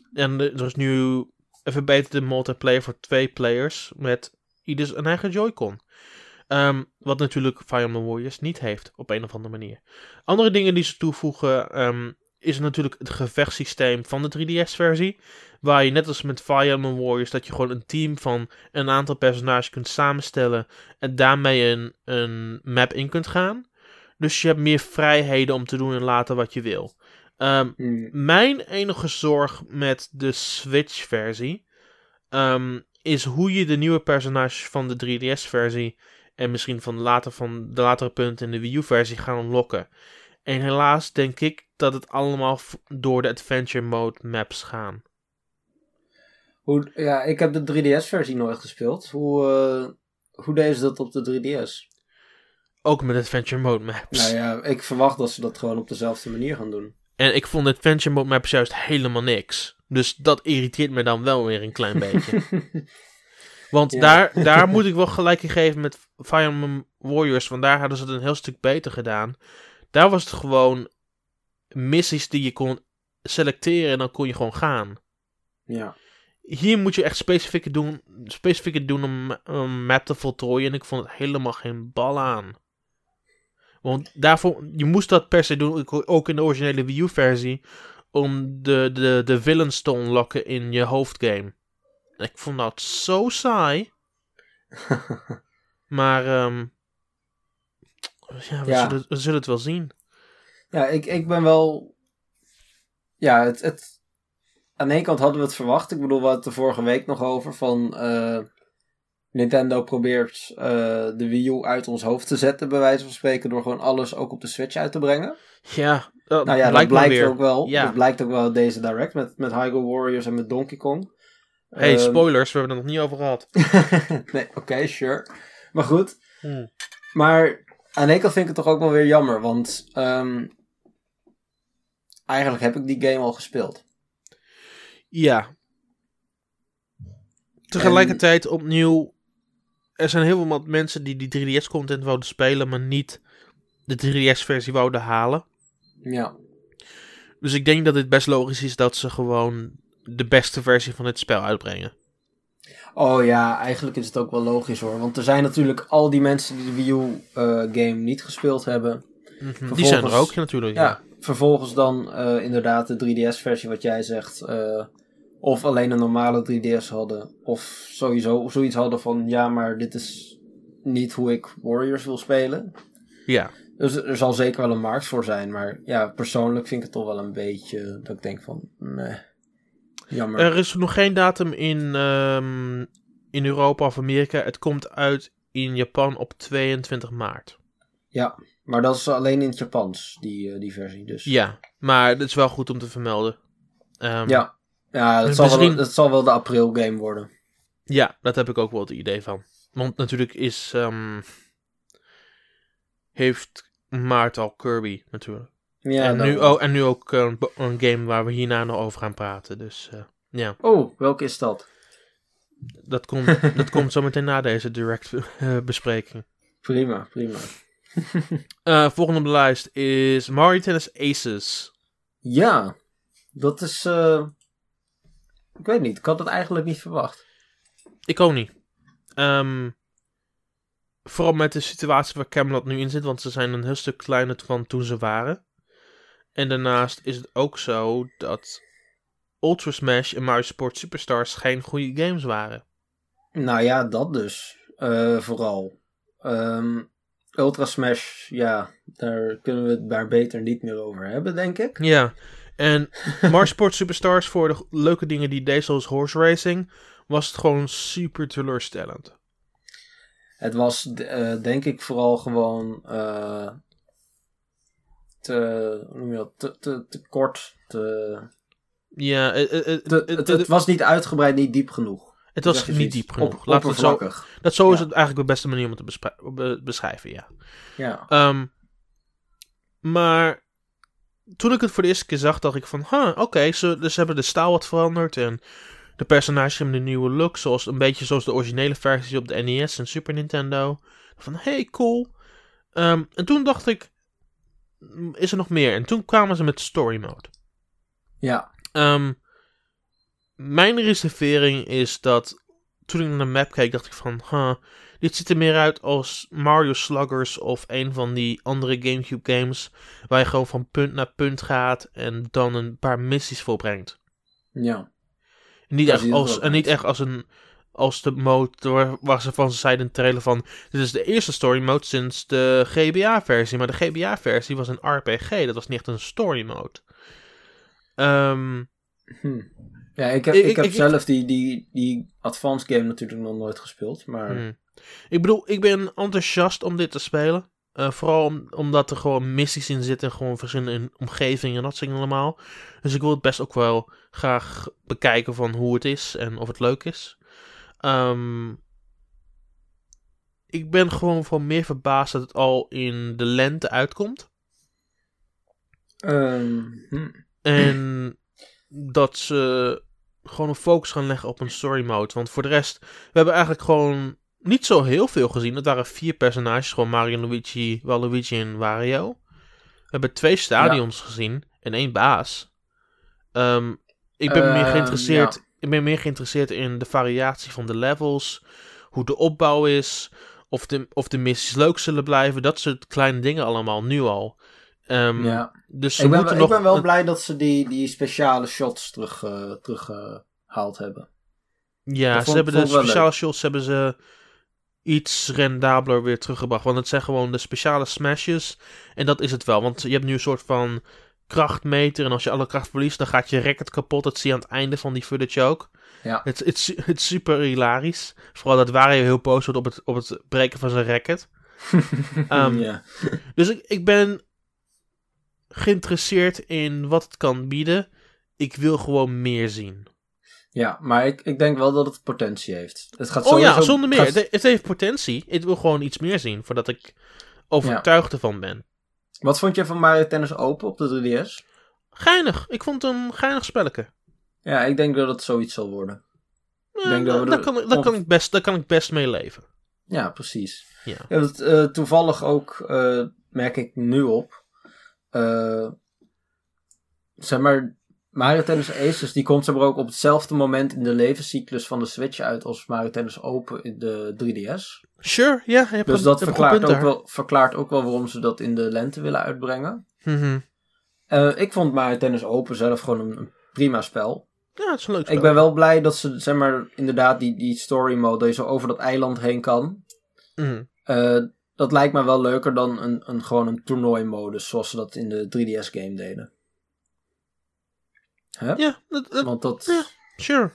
En er is nu een verbeterde multiplayer voor twee players met ieder een eigen Joy-Con. Um, wat natuurlijk Fire Emblem Warriors niet heeft, op een of andere manier. Andere dingen die ze toevoegen um, is natuurlijk het gevechtssysteem van de drie D S-versie. Waar je net als met Fire Emblem Warriors, dat je gewoon een team van een aantal personages kunt samenstellen en daarmee een, een map in kunt gaan. Dus je hebt meer vrijheden om te doen en laten wat je wil. Um, mm. Mijn enige zorg met de Switch-versie um, is hoe je de nieuwe personages van de drie D S-versie en misschien van later van de latere punten in de Wii U-versie gaan unlocken. En helaas denk ik dat het allemaal f- door de Adventure Mode maps gaan. Hoe, ja, ik heb de drie D S-versie nooit gespeeld. Hoe, uh, hoe deden ze dat op de drie D S? Ook met Adventure Mode maps. Nou ja, ik verwacht dat ze dat gewoon op dezelfde manier gaan doen. En ik vond Adventure Mode maps juist helemaal niks. Dus dat irriteert me dan wel weer een klein beetje. Want ja. daar, daar moet ik wel gelijk in geven met Fire Emblem Warriors. Want daar hadden ze het een heel stuk beter gedaan. Daar was het gewoon missies die je kon selecteren en dan kon je gewoon gaan. Ja. Hier moet je echt specifieke doen, specifieke doen om een map te voltooien. En ik vond het helemaal geen bal aan. Want daarvoor, je moest dat per se doen, ook in de originele Wii U-versie, om de, de, de villains te unlocken in je hoofdgame. Ik vond dat zo saai. maar, um, ja, we, ja. Zullen, we zullen het wel zien. Ja, ik, ik ben wel... Ja, het, het... aan de ene kant hadden we het verwacht. Ik bedoel, we hadden het er vorige week nog over van... Uh, Nintendo probeert uh, de Wii U uit ons hoofd te zetten, bij wijze van spreken, door gewoon alles ook op de Switch uit te brengen. Ja, dat nou ja, blijkt dat blijkt weer. ook wel. Ja. Dat blijkt ook wel deze Direct met, met Hyrule Warriors en met Donkey Kong. Hey, um, spoilers, we hebben het nog niet over gehad. nee, oké, okay, sure. Maar goed. Hmm. Maar aan de ene kant vind ik het toch ook wel weer jammer, want um, eigenlijk heb ik die game al gespeeld. Ja. Tegelijkertijd en... opnieuw, er zijn heel veel mensen die die drie D S-content wouden spelen, maar niet de drie D S-versie wouden halen. Ja. Dus ik denk dat het best logisch is dat ze gewoon de beste versie van het spel uitbrengen. Oh ja, eigenlijk is het ook wel logisch hoor. Want er zijn natuurlijk al die mensen die de Wii U-game uh, niet gespeeld hebben. Mm-hmm. Die zijn er ook natuurlijk. Ja, ja. Vervolgens dan uh, inderdaad de drie D S-versie wat jij zegt. Uh, of alleen een normale drie D S hadden. Of sowieso zoiets hadden van... Ja, maar dit is niet hoe ik Warriors wil spelen. Ja. Dus er zal zeker wel een markt voor zijn. Maar ja, persoonlijk vind ik het toch wel een beetje... Dat ik denk van... Meh, jammer. Er is nog geen datum in, um, in Europa of Amerika. Het komt uit in Japan op tweeëntwintig maart. Ja, maar dat is alleen in het Japans, die, uh, die versie. Dus. Ja, maar het is wel goed om te vermelden. Um, ja, ja dat, zal misschien... wel, dat zal wel de april game worden. Ja, dat heb ik ook wel het idee van. Want natuurlijk is... Um, heeft maart al Kirby natuurlijk. Ja, en, nu, oh, en nu ook uh, een game waar we hierna nog over gaan praten. Dus uh, ja. Oh, welke is dat? Dat komt, dat komt zo meteen na deze direct uh, bespreking. Prima, prima. uh, volgende op de lijst is Mario Tennis Aces. Ja, dat is... Uh... Ik weet niet, ik had het eigenlijk niet verwacht. Ik ook niet. Um, vooral met de situatie waar Camelot nu in zit, want ze zijn een heel stuk kleiner van toen ze waren. En daarnaast is het ook zo dat Ultra Smash en Mario Sports Superstars geen goede games waren. Nou ja, dat dus. Uh, vooral. Um, Ultra Smash, ja, daar kunnen we het maar beter niet meer over hebben, denk ik. Ja, en Mario Sports Superstars, voor de leuke dingen die deed, zoals horse racing, was het gewoon super teleurstellend. Het was, uh, denk ik, vooral gewoon uh, te, hoe noem je dat, te, te, te kort, te... Ja, uh, uh, uh, te, het, het was niet uitgebreid, niet diep genoeg. Het was niet diep genoeg. Op, Laten we het zo, dat zo is ja. het eigenlijk de beste manier om het te bespre- be- beschrijven, ja. ja. Um, maar toen ik het voor de eerste keer zag, dacht ik van, huh, oké, okay, so, dus ze hebben de stijl wat veranderd en de personages hebben een nieuwe look, zoals een beetje zoals de originele versies op de N E S en Super Nintendo. Van, hey, cool. Um, en toen dacht ik, is er nog meer? En toen kwamen ze met story mode. Ja. Um, mijn reservering is dat toen ik naar de map keek, dacht ik van, huh, dit ziet er meer uit als Mario Sluggers of een van die andere Gamecube games, waar je gewoon van punt naar punt gaat en dan een paar missies volbrengt. Ja. Niet echt als, en niet echt als een als de mode waar, waar ze van zeiden in de trailer van, dit is de eerste story mode sinds de G B A-versie, maar de G B A-versie was een R P G, dat was niet echt een story mode. Um, hm. Ja, ik heb, ik, ik heb ik, zelf ik, die, die, die advanced game natuurlijk nog nooit gespeeld, maar... Hmm. Ik bedoel, ik ben enthousiast om dit te spelen. Uh, vooral om, omdat er gewoon missies in zitten en gewoon verschillende omgevingen en dat soort dingen allemaal. Dus ik wil het best ook wel graag bekijken van hoe het is en of het leuk is. Um, ik ben gewoon van meer verbaasd dat het al in de lente uitkomt. Um, hm. En dat ze gewoon een focus gaan leggen op een story mode. Want voor de rest, we hebben eigenlijk gewoon niet zo heel veel gezien. Het waren vier personages, gewoon Mario, Luigi, Waluigi en Wario. We hebben twee stadions ja. gezien en één baas. Um, ik ben uh, meer geïnteresseerd... Ja. Ik ben meer geïnteresseerd in de variatie van de levels, hoe de opbouw is, of de, of de missies leuk zullen blijven. Dat soort kleine dingen allemaal, nu al. Um, ja. Dus ik, ben, nog... ik ben wel blij dat ze die, die speciale shots teruggehaald uh, terug, uh, hebben. Ja, dat ze vond, hebben vond de speciale leuk. shots hebben ze iets rendabeler weer teruggebracht. Want het zijn gewoon de speciale smashes. En dat is het wel, want je hebt nu een soort van krachtmeter en als je alle kracht verliest, dan gaat je racket kapot. Dat zie je aan het einde van die footage ook. Ja. Het, het, het is super hilarisch. Vooral dat Wario heel boos wordt op het, op het breken van zijn racket. um, ja. Dus ik, ik ben geïnteresseerd in wat het kan bieden. Ik wil gewoon meer zien. Ja, maar ik, ik denk wel dat het potentie heeft. Het gaat oh sowieso, ja, zonder meer. Gaat... Het, het heeft potentie. Ik wil gewoon iets meer zien voordat ik overtuigd ja. ervan ben. Wat vond je van Mario Tennis Open op de drie D S? Geinig. Ik vond het een geinig spelletje. Ja, ik denk dat het zoiets zal worden. Ja, denk dat daar, kan, daar, kan ik best, daar kan ik best mee leven. Ja, precies. Ja. Ja, dat, uh, toevallig ook uh, merk ik nu op. Uh, zeg maar, Mario Tennis Aces, die komt zeg maar ook op hetzelfde moment in de levenscyclus van de Switch uit als Mario Tennis Open in de drie D S. Sure, ja. Je hebt dus een, dat een verklaart ook, wel, verklaart ook wel waarom ze dat in de lente willen uitbrengen. Mm-hmm. Uh, ik vond Mario Tennis Open zelf gewoon een, een prima spel. Ja, het is een leuk spel. Ik ben wel blij dat ze, zeg maar, inderdaad die, die story mode, dat je zo over dat eiland heen kan. Mm. Uh, dat lijkt me wel leuker dan een, een, gewoon een toernooimodus, zoals ze dat in de drie D S game deden. Huh? Ja, dat, dat, Want dat... ja, sure.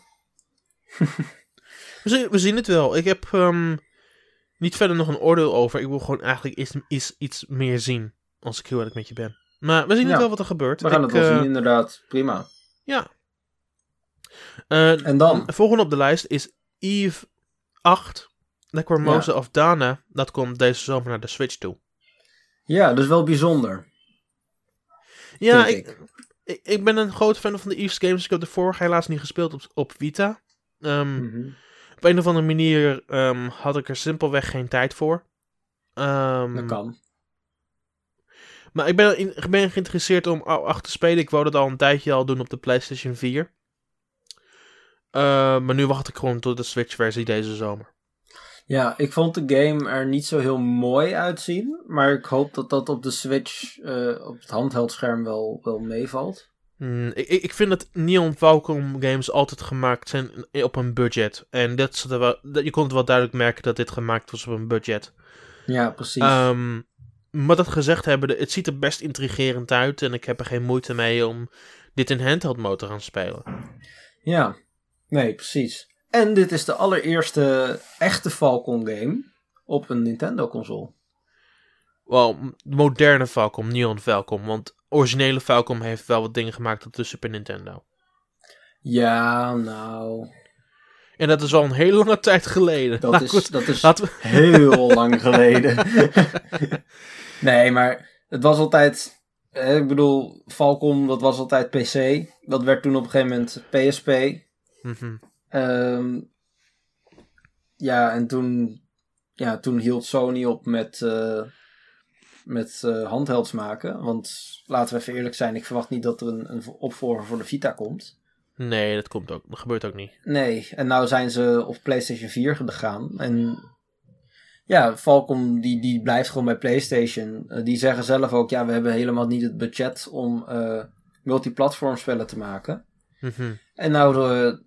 we, zien, we zien het wel. Ik heb um, niet verder nog een oordeel over. Ik wil gewoon eigenlijk iets, iets, iets meer zien, als ik heel eerlijk met je ben. Maar we zien ja, het wel wat er gebeurt. We gaan ik, het wel uh, zien, inderdaad. Prima. Ja. Uh, en dan? Volgende op de lijst is Eve acht. Necromosa ja. of Dana. Dat komt deze zomer naar de Switch toe. Ja, dus wel bijzonder. Ja, ik, ik. Ik, ik ben een groot fan van de Eve's games. Ik heb de vorige helaas niet gespeeld op, op Vita. Um, mm-hmm. Op een of andere manier um, had ik er simpelweg geen tijd voor. Um, dat kan. Maar ik ben, ik ben geïnteresseerd om acht te spelen. Ik wou dat al een tijdje al doen op de PlayStation vier. Uh, maar nu wacht ik gewoon tot de Switch-versie deze zomer. Ja, ik vond de game er niet zo heel mooi uitzien. Maar ik hoop dat dat op de Switch, uh, op het handheldscherm wel, wel meevalt. Mm, ik, ik vind dat Neon Falcon games altijd gemaakt zijn op een budget. En dat, wel, dat, je kon het wel duidelijk merken dat dit gemaakt was op een budget. Ja, precies. Um, maar dat gezegd hebben, het ziet er best intrigerend uit. En ik heb er geen moeite mee om dit in handheld mode te gaan spelen. Ja, nee, precies. En dit is de allereerste echte Falcon game op een Nintendo console. Wel, moderne Falcon, Neon Falcon. Want originele Falcon heeft wel wat dingen gemaakt op de Super Nintendo. Ja, nou... En dat is al een hele lange tijd geleden. Dat nou, is, goed, dat is we... heel lang geleden. Nee, maar het was altijd... Eh, ik bedoel, Falcon, dat was altijd P C. Dat werd toen op een gegeven moment P S P. Mm-hmm. Um, ja, en toen... Ja, toen hield Sony op met... Uh, met uh, handhelds maken. Want laten we even eerlijk zijn, ik verwacht niet dat er een, een opvolger voor de Vita komt. Nee, dat komt ook. Dat gebeurt ook niet. Nee, en nou zijn ze op PlayStation vier gegaan. En ja, Falcom die, die blijft gewoon bij PlayStation. Uh, die zeggen zelf ook, ja, we hebben helemaal niet het budget om uh, multiplatform spellen te maken. Mm-hmm. En nou de,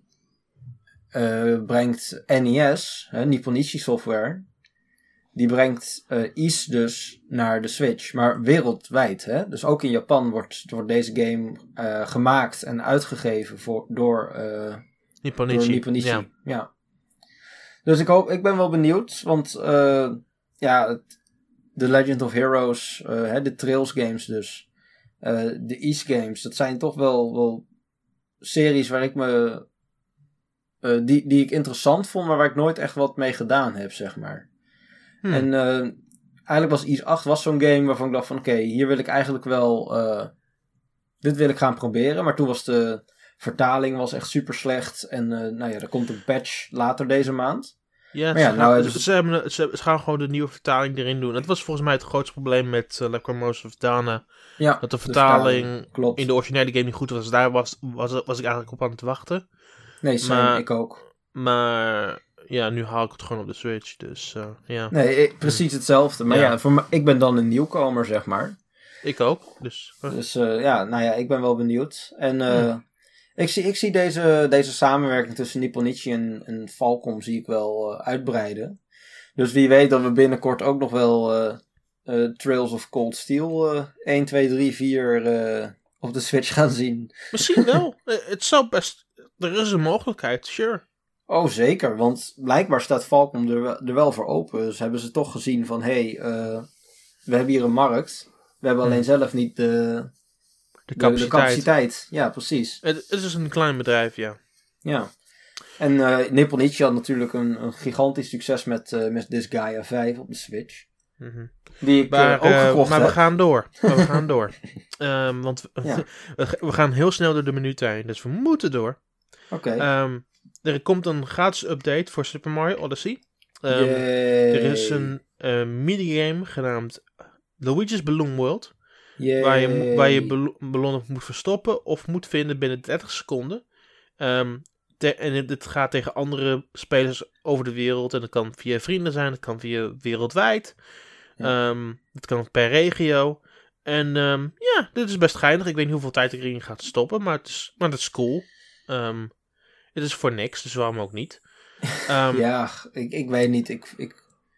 uh, brengt N E S, hè, Nipponichi Software, die brengt uh, Ys dus naar de Switch, maar wereldwijd. Hè? Dus ook in Japan wordt, wordt deze game uh, gemaakt en uitgegeven voor, door, uh, Nipponichi. door Nipponichi. Ja. Ja. Dus ik, hoop, ik ben wel benieuwd, want uh, ja, het, The Legend of Heroes, uh, hè, de Trails games dus, uh, de Ys games, dat zijn toch wel, wel series waar ik me, uh, die, die ik interessant vond, maar waar ik nooit echt wat mee gedaan heb, zeg maar. Hmm. En uh, eigenlijk was Ys acht was zo'n game waarvan ik dacht van oké, okay, hier wil ik eigenlijk wel, uh, dit wil ik gaan proberen. Maar toen was de vertaling was echt super slecht. En uh, nou ja, er komt een patch later deze maand. Ja, maar ja ze, nou, gaan, dus... ze, hebben, ze, ze gaan gewoon de nieuwe vertaling erin doen. Dat was volgens mij het grootste probleem met uh, Lacrimosa of Dana. Ja, dat de vertaling, de vertaling in de originele game niet goed was. Daar was, was, was ik eigenlijk op aan het wachten. Nee, same, maar, ik ook. Maar... Ja, nu haal ik het gewoon op de Switch, dus uh, ja. Nee, ik, precies hetzelfde. Maar ja, ja voor me, ik ben dan een nieuwkomer, zeg maar. Ik ook, dus... Uh. Dus uh, ja, nou ja, ik ben wel benieuwd. En uh, ja. ik, zie, ik zie deze, deze samenwerking tussen Nipponichi en, en Falcom zie ik wel uh, uitbreiden. Dus wie weet dat we binnenkort ook nog wel uh, uh, Trails of Cold Steel uh, één, twee, drie, vier uh, op de Switch gaan zien. Misschien wel. Het zou best... Er is een mogelijkheid, sure. Oh, zeker. Want blijkbaar staat Falcom er, er wel voor open. Dus hebben ze toch gezien van... Hé, hey, uh, we hebben hier een markt. We hebben alleen hmm. zelf niet de, de, capaciteit. de, de capaciteit. Ja, precies. Het, het is een klein bedrijf, ja. Ja. En uh, Nipponichi had natuurlijk een, een gigantisch succes met, uh, met Disgaea vijf op de Switch. Mm-hmm. Die ik maar, uh, ook gekocht uh, Maar heb. we gaan door. Maar we gaan door. Um, want we, ja. we gaan heel snel door de minuten heen. Dus we moeten door. Oké. Okay. Um, Er komt een gratis update voor Super Mario Odyssey. Um, er is een uh, minigame genaamd Luigi's Balloon World. Yay. Waar je, waar je bal- ballonnen moet verstoppen of moet vinden binnen dertig seconden. Um, te- en dit gaat tegen andere spelers over de wereld. En dat kan via vrienden zijn, dat kan via wereldwijd. Ja. Um, dat kan per regio. En um, ja, dit is best geinig. Ik weet niet hoeveel tijd ik erin ga stoppen, maar het is, maar het is cool. Um, Het is voor niks, dus waarom ook niet? Um, ja, ik, ik weet niet. Ik, ik...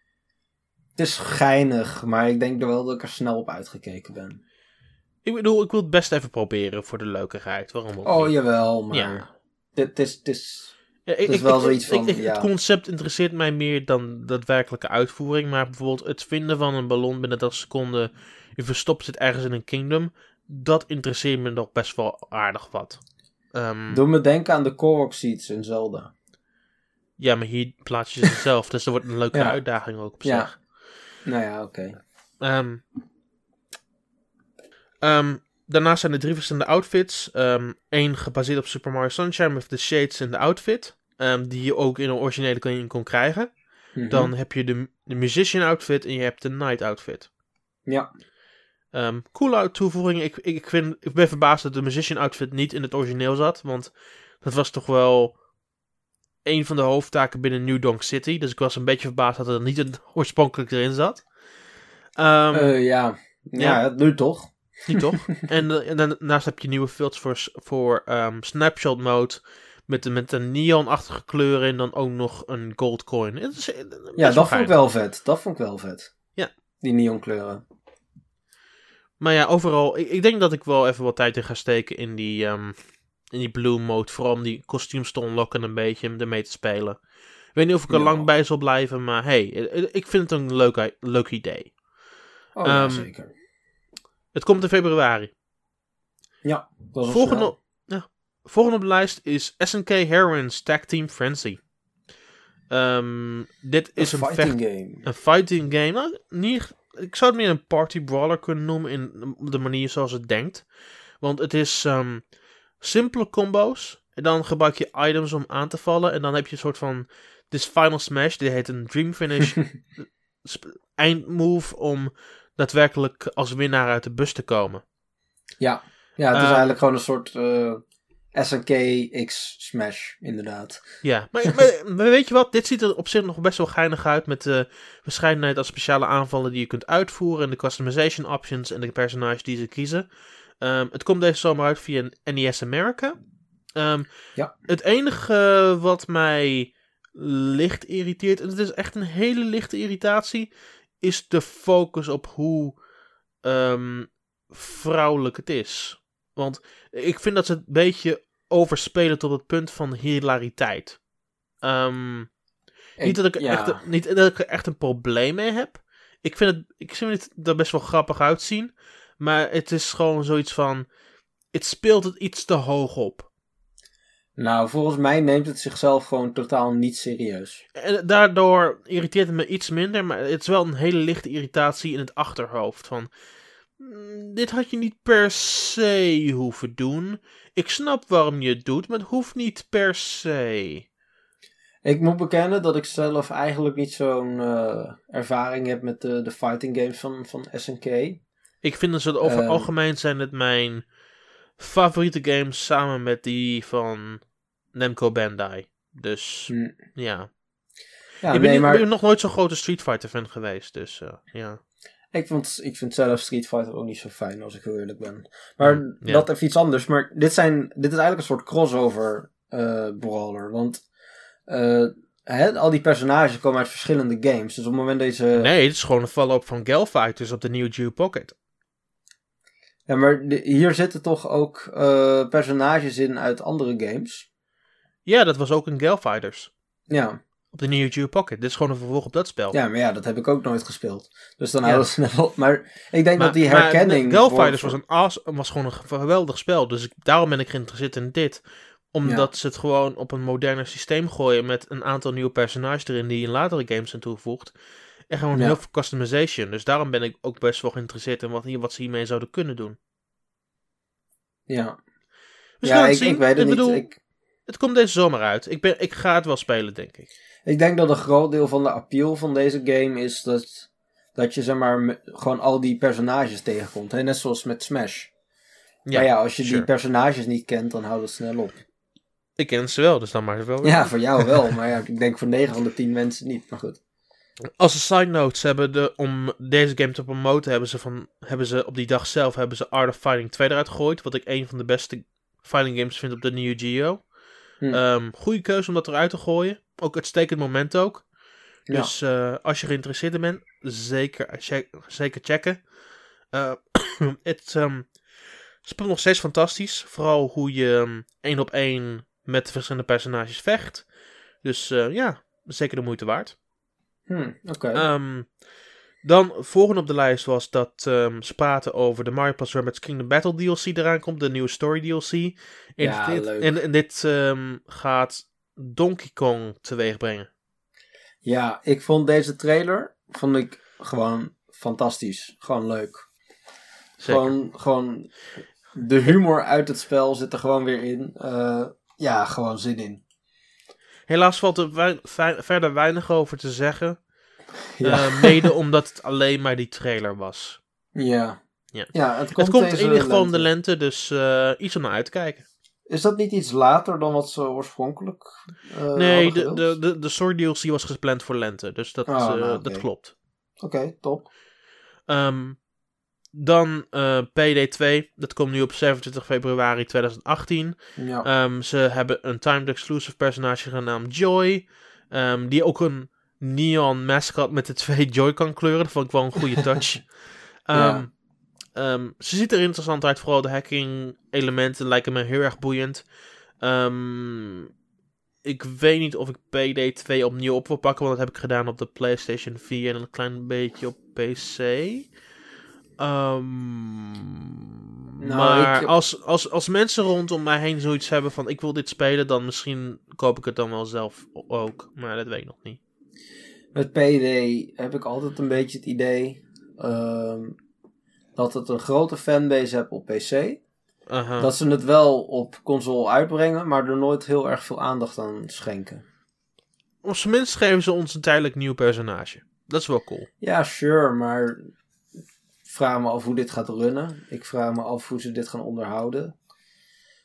Het is geinig, maar ik denk er wel dat ik er snel op uitgekeken ben. Ik bedoel, ik wil het best even proberen voor de leukigheid. Waarom ook Oh, niet? jawel, maar... Ja. Het is, het is, ja, ik, het is ik, wel ik, zoiets ik, van... Ik, ja. Het concept interesseert mij meer dan daadwerkelijke uitvoering. Maar bijvoorbeeld het vinden van een ballon binnen dertig seconden... Je verstopt het ergens in een kingdom... Dat interesseert me nog best wel aardig wat. Um, Doe me denken aan de Korok Seeds in Zelda. Ja, maar hier plaats je ze zelf. Dus er wordt een leuke ja. uitdaging ook op ja. zich. Nou ja, oké. Okay. Um, um, daarnaast zijn er drie verschillende outfits. Eén um, gebaseerd op Super Mario Sunshine met de shades en de outfit. Um, die je ook in een originele kon, kon krijgen. Mm-hmm. Dan heb je de, de musician outfit en je hebt de night outfit. Ja. Um, coole toevoeging. Ik, ik, vind, ik ben verbaasd dat de musician outfit niet in het origineel zat. Want dat was toch wel een van de hoofdtaken binnen New Donk City. Dus ik was een beetje verbaasd dat het niet het oorspronkelijk erin zat. Um, uh, ja. ja, ja, nu toch. Nu toch. en, uh, en daarnaast heb je nieuwe fields voor, voor um, snapshot mode. Met, met een neonachtige kleuren en dan ook nog een gold coin. Het is, het is ja, dat vond ik wel vet. Dat vond ik wel vet. Ja. Die neonkleuren. Maar ja, overal, ik, ik denk dat ik wel even wat tijd in ga steken in die, um, in die blue mode. Vooral om die kostuums te unlocken een beetje, ermee te spelen. Ik weet niet of ik er ja. lang bij zal blijven, maar hey, ik vind het een leuk, leuk idee. Oh ja, um, zeker. Het komt in februari. Ja, dat is volgende, ja, volgende op de lijst is S N K Heroines Tag Team Frenzy. Um, dit is een, een fighting vecht, game. Een fighting game. Nou, niet... Ik zou het meer een party brawler kunnen noemen in de manier zoals het denkt. Want het is um, simpele combo's. En dan gebruik je items om aan te vallen. En dan heb je een soort van... This Final Smash. Die heet een Dream Finish eindmove om daadwerkelijk als winnaar uit de bus te komen. Ja, ja het is uh, eigenlijk gewoon een soort... Uh, S N K x Smash, inderdaad. Ja, maar, maar, maar weet je wat? Dit ziet er op zich nog best wel geinig uit met de verscheidenheid aan speciale aanvallen die je kunt uitvoeren en de customization options en de personages die ze kiezen. Um, het komt deze zomer uit via N E S America. Um, ja. Het enige wat mij licht irriteert, en het is echt een hele lichte irritatie, is de focus op hoe um, vrouwelijk het is. Want ik vind dat ze het een beetje overspelen tot het punt van hilariteit. Um, ik, niet, dat ik ja. echt, niet dat ik er echt een probleem mee heb. Ik vind het, ik vind het er best wel grappig uitzien. Maar het is gewoon zoiets van, het speelt het iets te hoog op. Nou, volgens mij neemt het zichzelf gewoon totaal niet serieus. En daardoor irriteert het me iets minder, maar het is wel een hele lichte irritatie in het achterhoofd. Van, mm, dit had je niet per se hoeven doen. Ik snap waarom je het doet, maar het hoeft niet per se. Ik moet bekennen dat ik zelf eigenlijk niet zo'n uh, ervaring heb met de, de fighting games van, van S N K. Ik vind dat ze over het uh, algemeen zijn het mijn favoriete games samen met die van Namco Bandai. Dus, mm. ja. ja. Ik ben, nee, niet, maar... ben nog nooit zo'n grote Street Fighter fan geweest, dus uh, ja. Ik, vond, ik vind zelf Street Fighter ook niet zo fijn, als ik heel eerlijk ben. Maar mm, ja. dat even iets anders. Maar dit, zijn, dit is eigenlijk een soort crossover uh, brawler. Want uh, hè, al die personages komen uit verschillende games. Dus op het moment dat je... Nee, het is gewoon een follow-up van Gal Fighters op de Neo Geo Pocket. Ja, maar de, hier zitten toch ook uh, personages in uit andere games? Ja, dat was ook in Gal Fighters. Ja. Op de Neo Geo Pocket. Dit is gewoon een vervolg op dat spel. Ja, maar ja, dat heb ik ook nooit gespeeld. Dus dan ja. houden we snel op. Maar ik denk maar, dat die herkenning... Gal Fighters was, een as, was gewoon een geweldig spel. Dus ik, daarom ben ik geïnteresseerd in dit. Omdat ja. ze het gewoon op een moderner systeem gooien met een aantal nieuwe personages erin die in latere games zijn toegevoegd. En gewoon ja. heel veel customization. Dus daarom ben ik ook best wel geïnteresseerd in wat, wat ze hiermee zouden kunnen doen. Ja. We ja, ik, zien. ik weet het ik niet. Bedoel, ik... Het komt deze zomer uit. Ik, ben, ik ga het wel spelen, denk ik. Ik denk dat een groot deel van de appeal van deze game is dat, dat je zeg maar me, gewoon al die personages tegenkomt. Hè? Net zoals met Smash. Ja, maar ja, als je sure. die personages niet kent, dan houdt het snel op. Ik ken ze wel, dus dan maakt het wel weer. Ja, voor jou wel. Maar ja, ik denk voor negen van de tien mensen niet. Maar goed. Als een side note, ze hebben de, om deze game te promoten, hebben ze, van, hebben ze op die dag zelf hebben ze Art of Fighting twee eruit gegooid. Wat ik een van de beste fighting games vind op de Neo Geo. Hm. Um, goede keuze om dat eruit te gooien. Ook uitstekend moment ook. Ja. Dus uh, als je geïnteresseerd bent, zeker, check, zeker checken. Uh, het um, speelt nog steeds fantastisch. Vooral hoe je um, één op één met verschillende personages vecht. Dus uh, ja, zeker de moeite waard. Hmm, okay. um, Dan, volgende op de lijst was dat um, ze praten over de Mario plus Rabbids Kingdom Battle D L C eraan komt. De nieuwe story D L C. En ja, dit, leuk. En, en dit um, gaat Donkey Kong teweeg brengen. Ja, ik vond deze trailer vond ik gewoon fantastisch. Gewoon leuk. Gewoon, gewoon de humor uit het spel zit er gewoon weer in. Uh, ja, gewoon zin in. Helaas valt er wei- ve- verder weinig over te zeggen. Ja. Uh, mede omdat het alleen maar die trailer was. Ja. Ja, ja het komt, het komt in ieder geval lente. om de lente, dus uh, iets om naar uit te kijken. Is dat niet iets later dan wat ze oorspronkelijk uh, Nee, de, de, de, de Sword D L C was gepland voor lente, dus dat, oh, uh, nou, okay. dat klopt. Oké, okay, top. Um, dan uh, P D twee, dat komt nu op zevenentwintig februari tweeduizend achttien. Ja. Um, ze hebben een timed exclusive personage genaamd Joy, um, die ook een neon mascot met de twee Joy-Con kleuren. Dat vond ik wel een goede touch. um, ja. um, ze ziet er interessant uit. Vooral de hacking elementen lijken me heel erg boeiend. Um, ik weet niet of ik P D twee opnieuw op wil pakken. Want dat heb ik gedaan op de PlayStation vier en een klein beetje op P C. Um, nou, maar ik... als, als, als mensen rondom mij heen zoiets hebben van ik wil dit spelen, dan misschien koop ik het dan wel zelf ook. Maar dat weet ik nog niet. Met P D heb ik altijd een beetje het idee um, dat het een grote fanbase heeft op P C. Uh-huh. Dat ze het wel op console uitbrengen, maar er nooit heel erg veel aandacht aan schenken. Op zijn minst geven ze ons een tijdelijk nieuw personage. Dat is wel cool. Ja, sure, maar ik vraag me af hoe dit gaat runnen. Ik vraag me af hoe ze dit gaan onderhouden.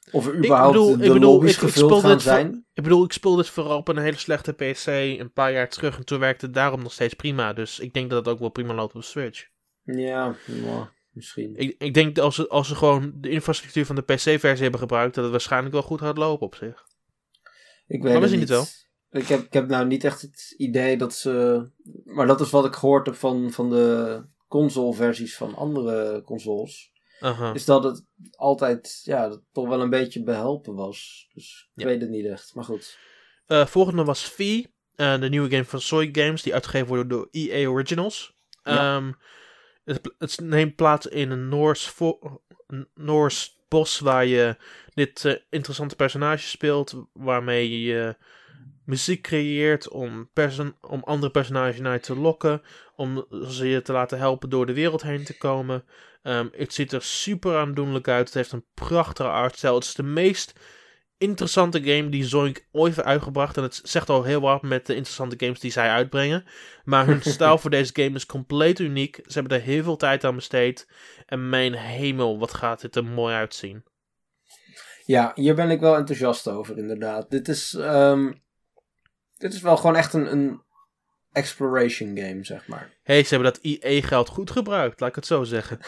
Of er überhaupt ik bedoel, de ik bedoel, lobby's ik, ik gevuld speel gaan dit zijn. voor, ik bedoel, ik speelde dit vooral op een hele slechte P C een paar jaar terug. En toen werkte het daarom nog steeds prima. Dus ik denk dat het ook wel prima loopt op de Switch. Ja, nou, misschien. Ik, ik denk dat als ze, als ze gewoon de infrastructuur van de P C-versie hebben gebruikt, dat het waarschijnlijk wel goed gaat lopen op zich. Ik weet Maar we het zien niet. het wel. Ik heb, ik heb nou niet echt het idee dat ze... Maar dat is wat ik gehoord heb van, van de console-versies van andere consoles. Uh-huh. Is dat het altijd, ja, dat toch wel een beetje behelpen was. Dus ik Ja. weet het niet echt. Maar goed. Uh, volgende was V, uh, de nieuwe game van Zoic Games, die uitgegeven wordt door E A Originals. Ja. Um, het, het neemt plaats in een Noors, vo- een Noors bos waar je dit uh, interessante personage speelt, waarmee je uh, muziek creëert om, perso- om andere personages naar je te lokken, om ze je te laten helpen door de wereld heen te komen. Um, het ziet er super aandoenlijk uit, het heeft een prachtige artstijl, het is de meest interessante game die Zoink ooit heeft uitgebracht. En het zegt al heel wat met de interessante games die zij uitbrengen. Maar hun stijl voor deze game is compleet uniek. Ze hebben er heel veel tijd aan besteed. En mijn hemel, wat gaat dit er mooi uitzien. Ja, hier ben ik wel enthousiast over, inderdaad. Dit is, um, dit is wel gewoon echt een, een exploration game, zeg maar. Hé, hey, ze hebben dat I E-geld goed gebruikt, laat ik het zo zeggen.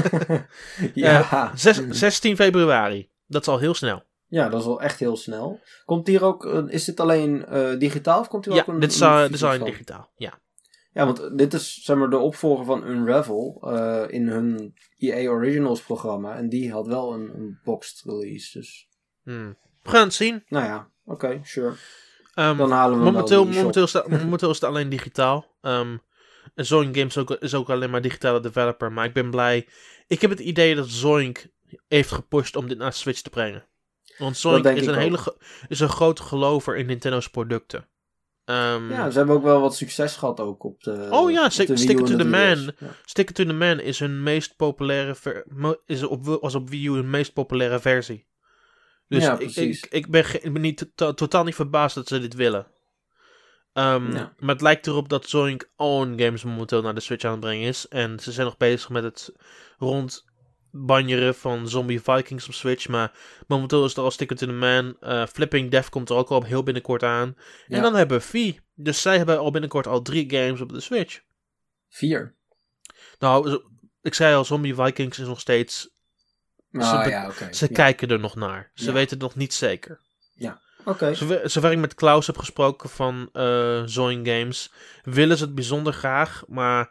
ja. Uh, zes, zestien februari, dat is al heel snel. Ja, dat is wel echt heel snel. Komt hier ook, uh, is dit alleen uh, digitaal of komt hier ja, ook een... dit is, een uh, dit is alleen van? digitaal, ja. Ja, want dit is zeg maar de opvolger van Unravel uh, in hun E A Originals programma. En die had wel een, een boxed release, dus... Hmm. We gaan het zien. Nou ja, oké, okay, sure. Um, Dan halen we momenteel, wel momenteel, sta, momenteel is het alleen digitaal. Um, en Zoink Games ook, is ook alleen maar digitale developer. Maar ik ben blij. Ik heb het idee dat Zoink heeft gepusht om dit naar Switch te brengen. Want Zoink is een, hele ge- is een grote gelover in Nintendo's producten. Um, ja, ze hebben ook wel wat succes gehad ook op de Oh ja, Stick It to the Man. Ja. Stick It to the Man is hun meest populaire... Ver- is op, was op Wii U hun meest populaire versie. Dus ja, ik, ik, ik, ben ge- ik ben niet to- totaal niet verbaasd dat ze dit willen. Um, ja. Maar het lijkt erop dat Zoink own games momenteel naar de Switch aan het brengen is. En ze zijn nog bezig met het rondbanjeren van Zombie Vikings op Switch. Maar momenteel is er al Stick It to the Man. Uh, Flipping Death komt er ook al heel binnenkort aan. Ja. En dan hebben we V. Dus zij hebben al binnenkort al drie games op de Switch. Vier? Nou, ik zei al, Zombie Vikings is nog steeds... Oh, ze be- ja, okay. ze ja. kijken er nog naar. Ze ja. weten het nog niet zeker. Ja, oké. Okay. Zover, zover ik met Klaus heb gesproken van uh, Zoin Games, willen ze het bijzonder graag, maar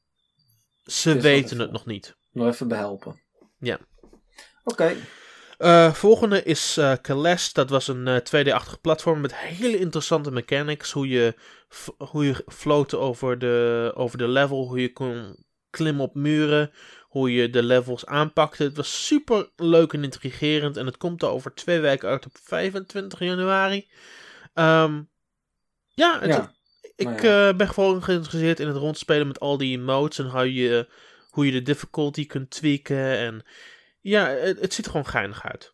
ze het weten het even, nog niet. Nog even behelpen. Ja. Oké. Okay. Uh, volgende is uh, Celeste. Dat was een uh, twee D-achtig platform met hele interessante mechanics. Hoe je, f- hoe je floot over de, over de level, hoe je kon klimmen op muren, hoe je de levels aanpakte. Het was super leuk en intrigerend. En het komt er over twee weken uit op vijfentwintig januari. Um, ja, het, ja, ik ja. Uh, ben gewoon geïnteresseerd in het rondspelen met al die modes. En hoe je, hoe je de difficulty kunt tweaken. En ja, het, het ziet er gewoon geinig uit.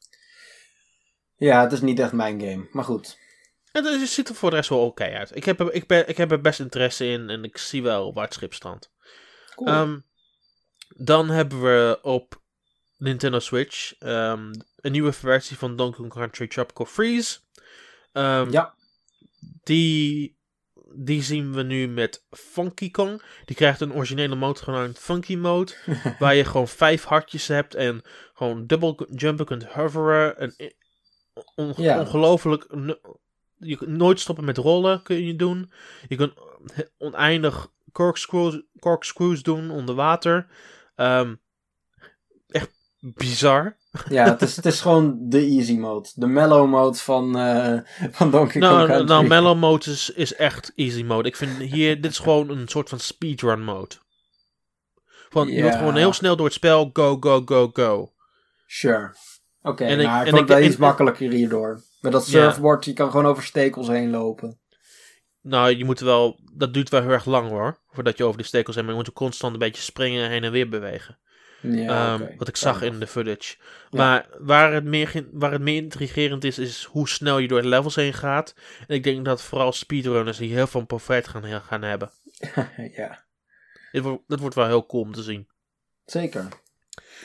Ja, het is niet echt mijn game. Maar goed. Het, het ziet er voor de rest wel oké okay uit. Ik heb, er, ik, ben, ik heb er best interesse in. En ik zie wel waar het schip strandt. Cool. Um, Dan hebben we op Nintendo Switch um, een nieuwe versie van Donkey Kong Country Tropical Freeze. Um, ja. Die, die zien we nu met Funky Kong. Die krijgt een originele mode genaamd Funky Mode. waar je gewoon vijf hartjes hebt en gewoon double jumpen kunt hoveren. En on- ja. Ongelooflijk... Je kunt nooit stoppen met rollen kun je doen. Je kunt oneindig corkscrews, corkscrews doen onder water. Um, echt bizar. Ja, het is, het is gewoon de easy mode. De mellow mode van, uh, van Donkey nou, Kong Country. Nou, mellow mode is, is echt easy mode. Ik vind hier, dit is gewoon een soort van speedrun mode. Van, ja. Je wilt gewoon heel snel door het spel, go, go, go, go. Sure. Oké, okay, nou, het wordt wel iets makkelijker hierdoor. Met dat surfboard, ja. Je kan gewoon over stekels heen lopen. Nou, je moet wel, dat duurt wel heel erg lang hoor, voordat je over de stekels heen, maar je moet constant een beetje springen en heen en weer bewegen. Ja, um, okay. Wat ik zag in de footage. Ja. Maar waar het, meer, waar het meer intrigerend is, is hoe snel je door de levels heen gaat. En ik denk dat vooral speedrunners hier heel veel profijt gaan, gaan hebben. Ja. Dit wordt, dat wordt wel heel cool om te zien. Zeker.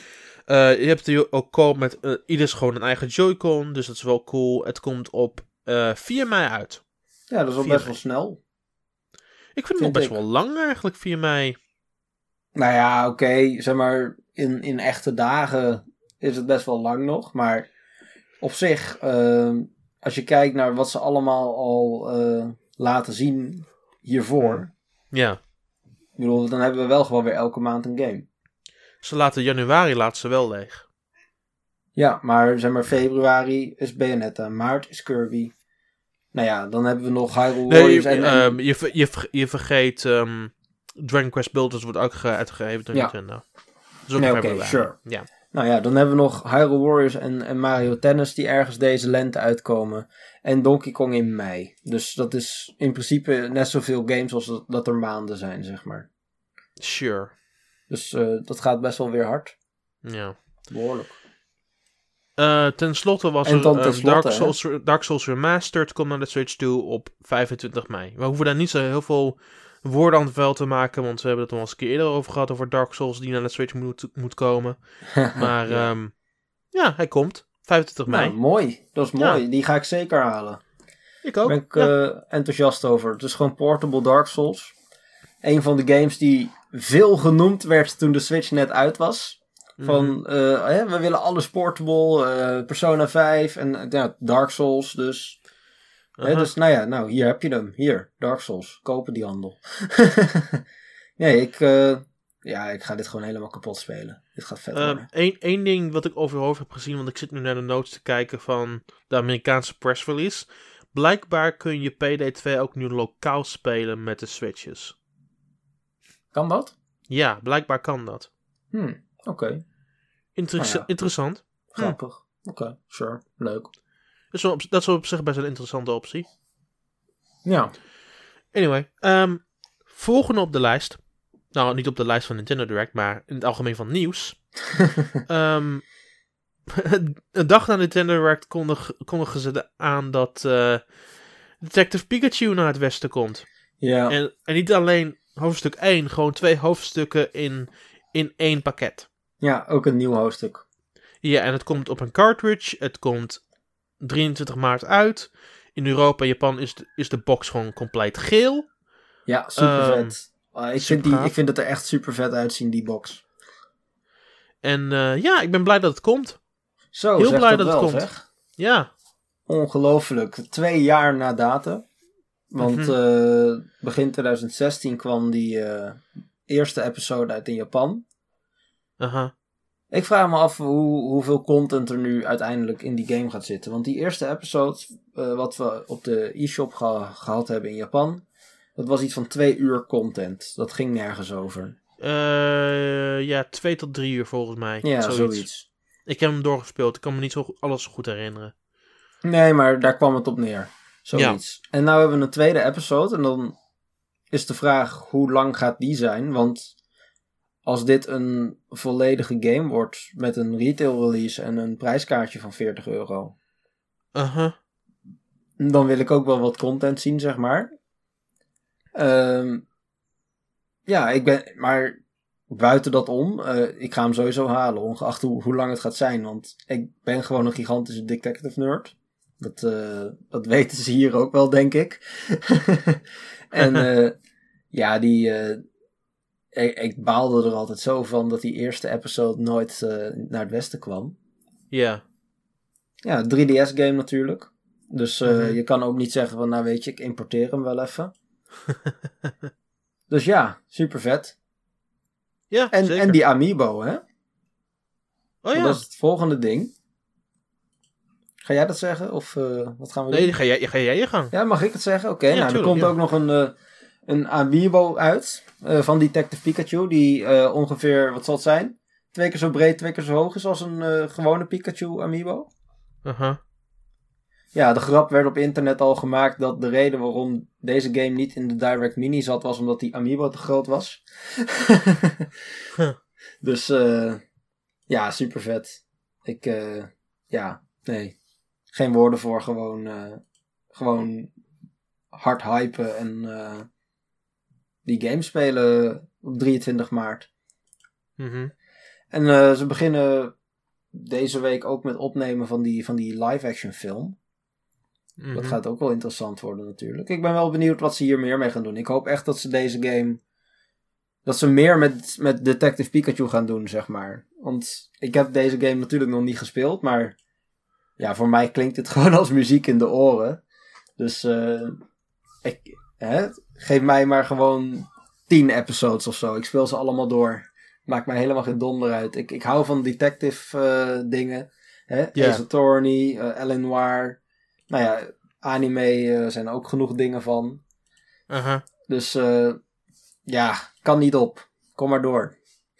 Uh, je hebt die ook co met uh, ieders gewoon een eigen Joy-Con, dus dat is wel cool. Het komt op uh, vier mei uit. Ja, dat is al best wel snel. Ik vind het nog best ik. wel lang eigenlijk, vier mei. Nou ja, oké, okay, zeg maar, in, in echte dagen is het best wel lang nog. Maar op zich, uh, als je kijkt naar wat ze allemaal al uh, laten zien hiervoor. Ja. Ik bedoel, dan hebben we wel gewoon weer elke maand een game. Ze laten januari laten ze wel leeg. Ja, maar zeg maar februari is Bayonetta, maart is Kirby. Nou ja, dan hebben we nog Hyrule nee, Warriors. Je, en, en... Um, je, ver, je, ver, je vergeet um, Dragon Quest Builders wordt ook uitgegeven door ja. Nintendo. Dus ook nee, oké, okay, sure. Ja. Nou ja, dan hebben we nog Hyrule Warriors en, en Mario Tennis die ergens deze lente uitkomen. En Donkey Kong in mei. Dus dat is in principe net zoveel games als dat, dat er maanden zijn, zeg maar. Sure. Dus uh, dat gaat best wel weer hard. Ja. Behoorlijk. Uh, ten slotte was en er um, Dark, Souls, Dark Souls Remastered komt naar de Switch toe op vijfentwintig mei. We hoeven daar niet zo heel veel woorden aan het vuil te maken, want we hebben het al eens een keer eerder over gehad over Dark Souls die naar de Switch moet, moet komen. Maar ja. Um, ja, hij komt. vijfentwintig mei. Nou, mooi. Dat is mooi. Ja. Die ga ik zeker halen. Ik ook. Daar ben ik ja. uh, enthousiast over. Het is gewoon portable Dark Souls. Een van de games die veel genoemd werd toen de Switch net uit was. Van, uh, hè, we willen alles portable, uh, Persona vijf en uh, ja, Dark Souls dus. Uh-huh. Hè, dus nou ja, nou hier heb je hem. Hier, Dark Souls. Kopen die handel. nee, ik, uh, ja, ik ga dit gewoon helemaal kapot spelen. Dit gaat vet worden. Eén uh, één ding wat ik over je hoofd heb gezien, want ik zit nu naar de notes te kijken van de Amerikaanse press release. Blijkbaar kun je P D twee ook nu lokaal spelen met de Switches. Kan dat? Ja, blijkbaar kan dat. Hmm, oké. Okay. Interess- nou ja. Interessant. Grappig. Hm. Oké, okay, sure. Leuk. Dus op, dat is op zich best een interessante optie. Ja. Anyway. Um, volgende op de lijst. Nou, niet op de lijst van Nintendo Direct, maar in het algemeen van nieuws. um, een dag na Nintendo Direct kondig, kondigen ze aan dat uh, Detective Pikachu naar het westen komt. Ja. En, en niet alleen hoofdstuk één, gewoon twee hoofdstukken in, in één pakket. Ja, ook een nieuw hoofdstuk. Ja, en het komt op een cartridge. Het komt drieëntwintig maart uit. In Europa en Japan is de, is de box gewoon compleet geel. Ja, super vet. Um, uh, ik, super vind die, ik vind het er echt super vet uitzien, die box. En uh, ja, ik ben blij dat het komt. Zo, heel blij dat, dat wel, het komt. Zeg. Ja. Ongelooflijk. Twee jaar na datum. Want mm-hmm. uh, begin twintig zestien kwam die uh, eerste episode uit in Japan. Aha. Uh-huh. Ik vraag me af hoe, hoeveel content er nu uiteindelijk in die game gaat zitten. Want die eerste episode, uh, wat we op de e-shop ge- gehad hebben in Japan, dat was iets van twee uur content. Dat ging nergens over. Uh, ja, twee tot drie uur volgens mij. Ja, zoiets. zoiets. Ik heb hem doorgespeeld. Ik kan me niet zo alles goed herinneren. Nee, maar daar kwam het op neer. Zoiets. Ja. En nou hebben we een tweede episode. En dan is de vraag, hoe lang gaat die zijn? Want als dit een volledige game wordt met een retail release en een prijskaartje van veertig euro. Uh-huh. Dan wil ik ook wel wat content zien, zeg maar. Um, ja, ik ben, maar buiten dat om, uh, ik ga hem sowieso halen, ongeacht hoe, hoe lang het gaat zijn. Want ik ben gewoon een gigantische detective nerd. Dat, uh, dat weten ze hier ook wel, denk ik. en uh, ja, die... Uh, ik, ik baalde er altijd zo van dat die eerste episode nooit uh, naar het westen kwam. Ja. Ja, drie D S-game natuurlijk. Dus uh, mm-hmm. je kan ook niet zeggen van, nou weet je, ik importeer hem wel even. Dus ja, super vet. Ja, en, zeker. En die Amiibo, hè? Oh ja. Dat is het volgende ding. Ga jij dat zeggen? Of uh, wat gaan we nee, doen? Nee, ga jij, ga jij je gang. Ja, mag ik het zeggen? Oké, okay, ja, nou, tuurlijk, er komt ja. ook nog een, uh, een Amiibo uit uh, van Detective Pikachu. Die uh, ongeveer, wat zal het zijn? Twee keer zo breed, twee keer zo hoog is als een uh, gewone Pikachu Amiibo. Uh-huh. Ja, de grap werd op internet al gemaakt dat de reden waarom deze game niet in de Direct Mini zat, was omdat die Amiibo te groot was. huh. Dus uh, ja, super vet. Ik, uh, ja, nee. Geen woorden voor, gewoon, uh, gewoon hard hypen en uh, die game spelen op drieëntwintig maart. Mm-hmm. En uh, ze beginnen deze week ook met opnemen van die, van die live-action film. Mm-hmm. Dat gaat ook wel interessant worden natuurlijk. Ik ben wel benieuwd wat ze hier meer mee gaan doen. Ik hoop echt dat ze deze game... Dat ze meer met, met Detective Pikachu gaan doen, zeg maar. Want ik heb deze game natuurlijk nog niet gespeeld, maar... Ja, voor mij klinkt het gewoon als muziek in de oren. Dus uh, ik, hè, geef mij maar gewoon tien episodes of zo. Ik speel ze allemaal door. Maakt mij helemaal geen donder uit. Ik, ik hou van detective uh, dingen. Hè? Yeah. Ace Attorney, uh, L Noir. Nou ja, anime uh, zijn ook genoeg dingen van. Uh-huh. Dus uh, ja, kan niet op. Kom maar door.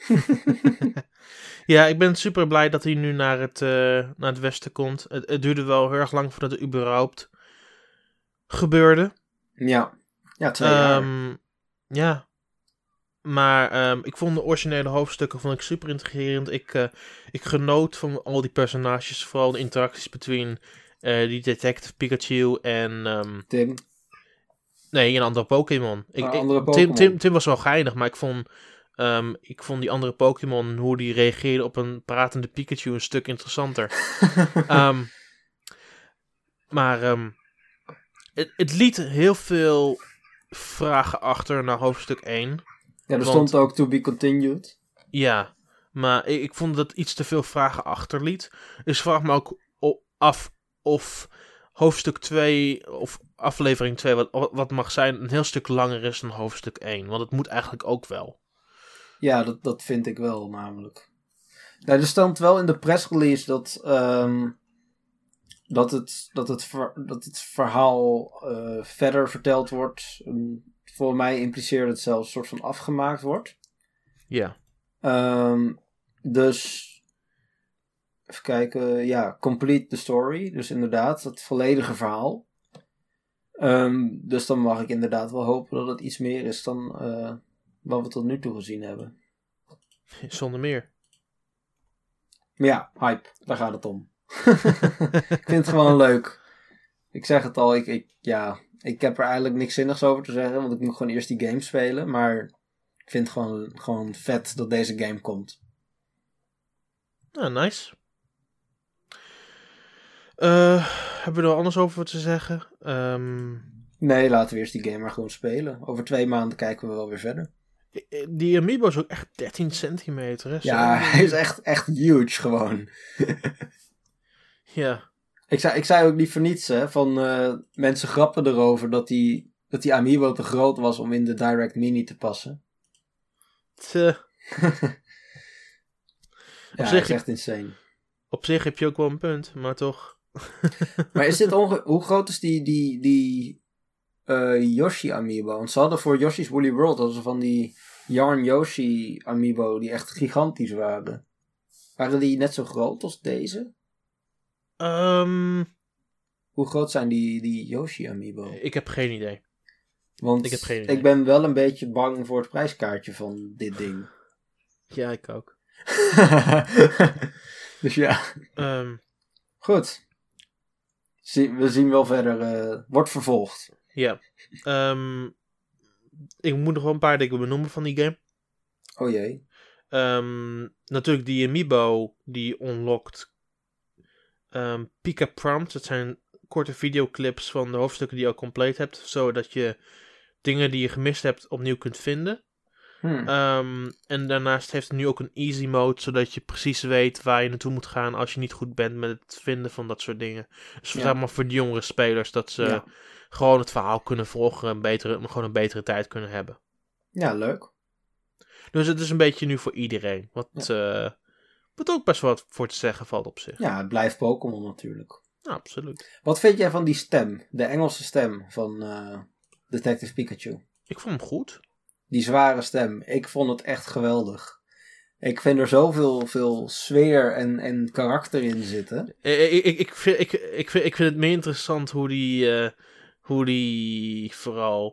Ja, ik ben super blij dat hij nu naar het, uh, naar het westen komt. Het, het duurde wel heel erg lang voordat het überhaupt gebeurde. Ja, ja twee jaar. Um, ja, maar um, ik vond de originele hoofdstukken vond ik super intrigerend. Ik, uh, ik genoot van al die personages, vooral de interacties tussen uh, die Detective Pikachu en... Um, Tim. Nee, een andere Pokémon. Ik, ah, ik, andere Pokémon. Tim, Tim, Tim was wel geinig, maar ik vond... Um, ik vond die andere Pokémon, hoe die reageerde op een pratende Pikachu, een stuk interessanter. um, maar um, het, het liet heel veel vragen achter naar hoofdstuk één. Ja, er want, stond ook to be continued. Ja, maar ik, ik vond dat het iets te veel vragen achterliet. Dus vraag me ook af of hoofdstuk twee of aflevering twee, wat, wat mag zijn, een heel stuk langer is dan hoofdstuk één. Want het moet eigenlijk ook wel. Ja, dat, dat vind ik wel, namelijk. Nou, er stond wel in de pressrelease dat, um, dat, het, dat, het, ver, dat het verhaal uh, verder verteld wordt. Um, voor mij impliceert het zelfs een soort van afgemaakt wordt. Ja. Um, dus, even kijken, ja, complete the story. Dus inderdaad, het volledige verhaal. Um, dus dan mag ik inderdaad wel hopen dat het iets meer is dan... Uh, wat we tot nu toe gezien hebben. Zonder meer. Maar ja, hype. Daar gaat het om. Ik vind het gewoon leuk. Ik zeg het al, ik, ik, ja, ik heb er eigenlijk niks zinnigs over te zeggen, want ik moet gewoon eerst die game spelen, maar ik vind het gewoon, gewoon vet dat deze game komt. Nou, nice. Uh, hebben we er anders over te zeggen? Um... Nee, laten we eerst die game maar gewoon spelen. Over twee maanden kijken we wel weer verder. Die amiibo is ook echt dertien centimeter. Hè? Ja, hij is echt, echt huge gewoon. Ja. Ik zei, ik zei ook niet voor niets, hè. Van, uh, mensen grappen erover dat die, dat die amiibo te groot was om in de Direct Mini te passen. Tse. Ja, dat is echt insane. Op zich heb je ook wel een punt, maar toch. Maar is dit onge- hoe groot is die, die, die uh, Yoshi amiibo? Want ze hadden voor Yoshi's Woolly World hadden ze van die Yarn Yoshi amiibo die echt gigantisch waren. Waren die net zo groot als deze? Um, hoe groot zijn die, die Yoshi amiibo? Ik heb geen idee. Want ik, heb geen idee. ik ben wel een beetje bang voor het prijskaartje van dit ding. Ja, ik ook. Dus ja. Um, Goed. Zie, we zien wel verder. Uh, wordt vervolgd. Ja. Um, ik moet nog wel een paar dingen benoemen van die game. Oh jee. Um, natuurlijk die amiibo die unlockt um, Pika Prompts. Dat zijn korte videoclips van de hoofdstukken die je al compleet hebt. Zodat je dingen die je gemist hebt opnieuw kunt vinden. Hmm. Um, en daarnaast heeft het nu ook een easy mode, zodat je precies weet waar je naartoe moet gaan als je niet goed bent met het vinden van dat soort dingen. Dus ja. Zeg maar voor de jongere spelers, dat ze ja. gewoon het verhaal kunnen volgen en betere, gewoon een betere tijd kunnen hebben. Ja, leuk. Dus het is een beetje nu voor iedereen. Wat, ja. uh, wat ook best wel wat voor te zeggen valt op zich. Ja, het blijft Pokémon natuurlijk. Ja, absoluut. Wat vind jij van die stem, de Engelse stem van uh, Detective Pikachu? Ik vond hem goed. Die zware stem. Ik vond het echt geweldig. Ik vind er zoveel veel sfeer en, en karakter in zitten. Ik, ik, ik, vind, ik, ik, vind, ik vind het meer interessant hoe die, uh, hoe die vooral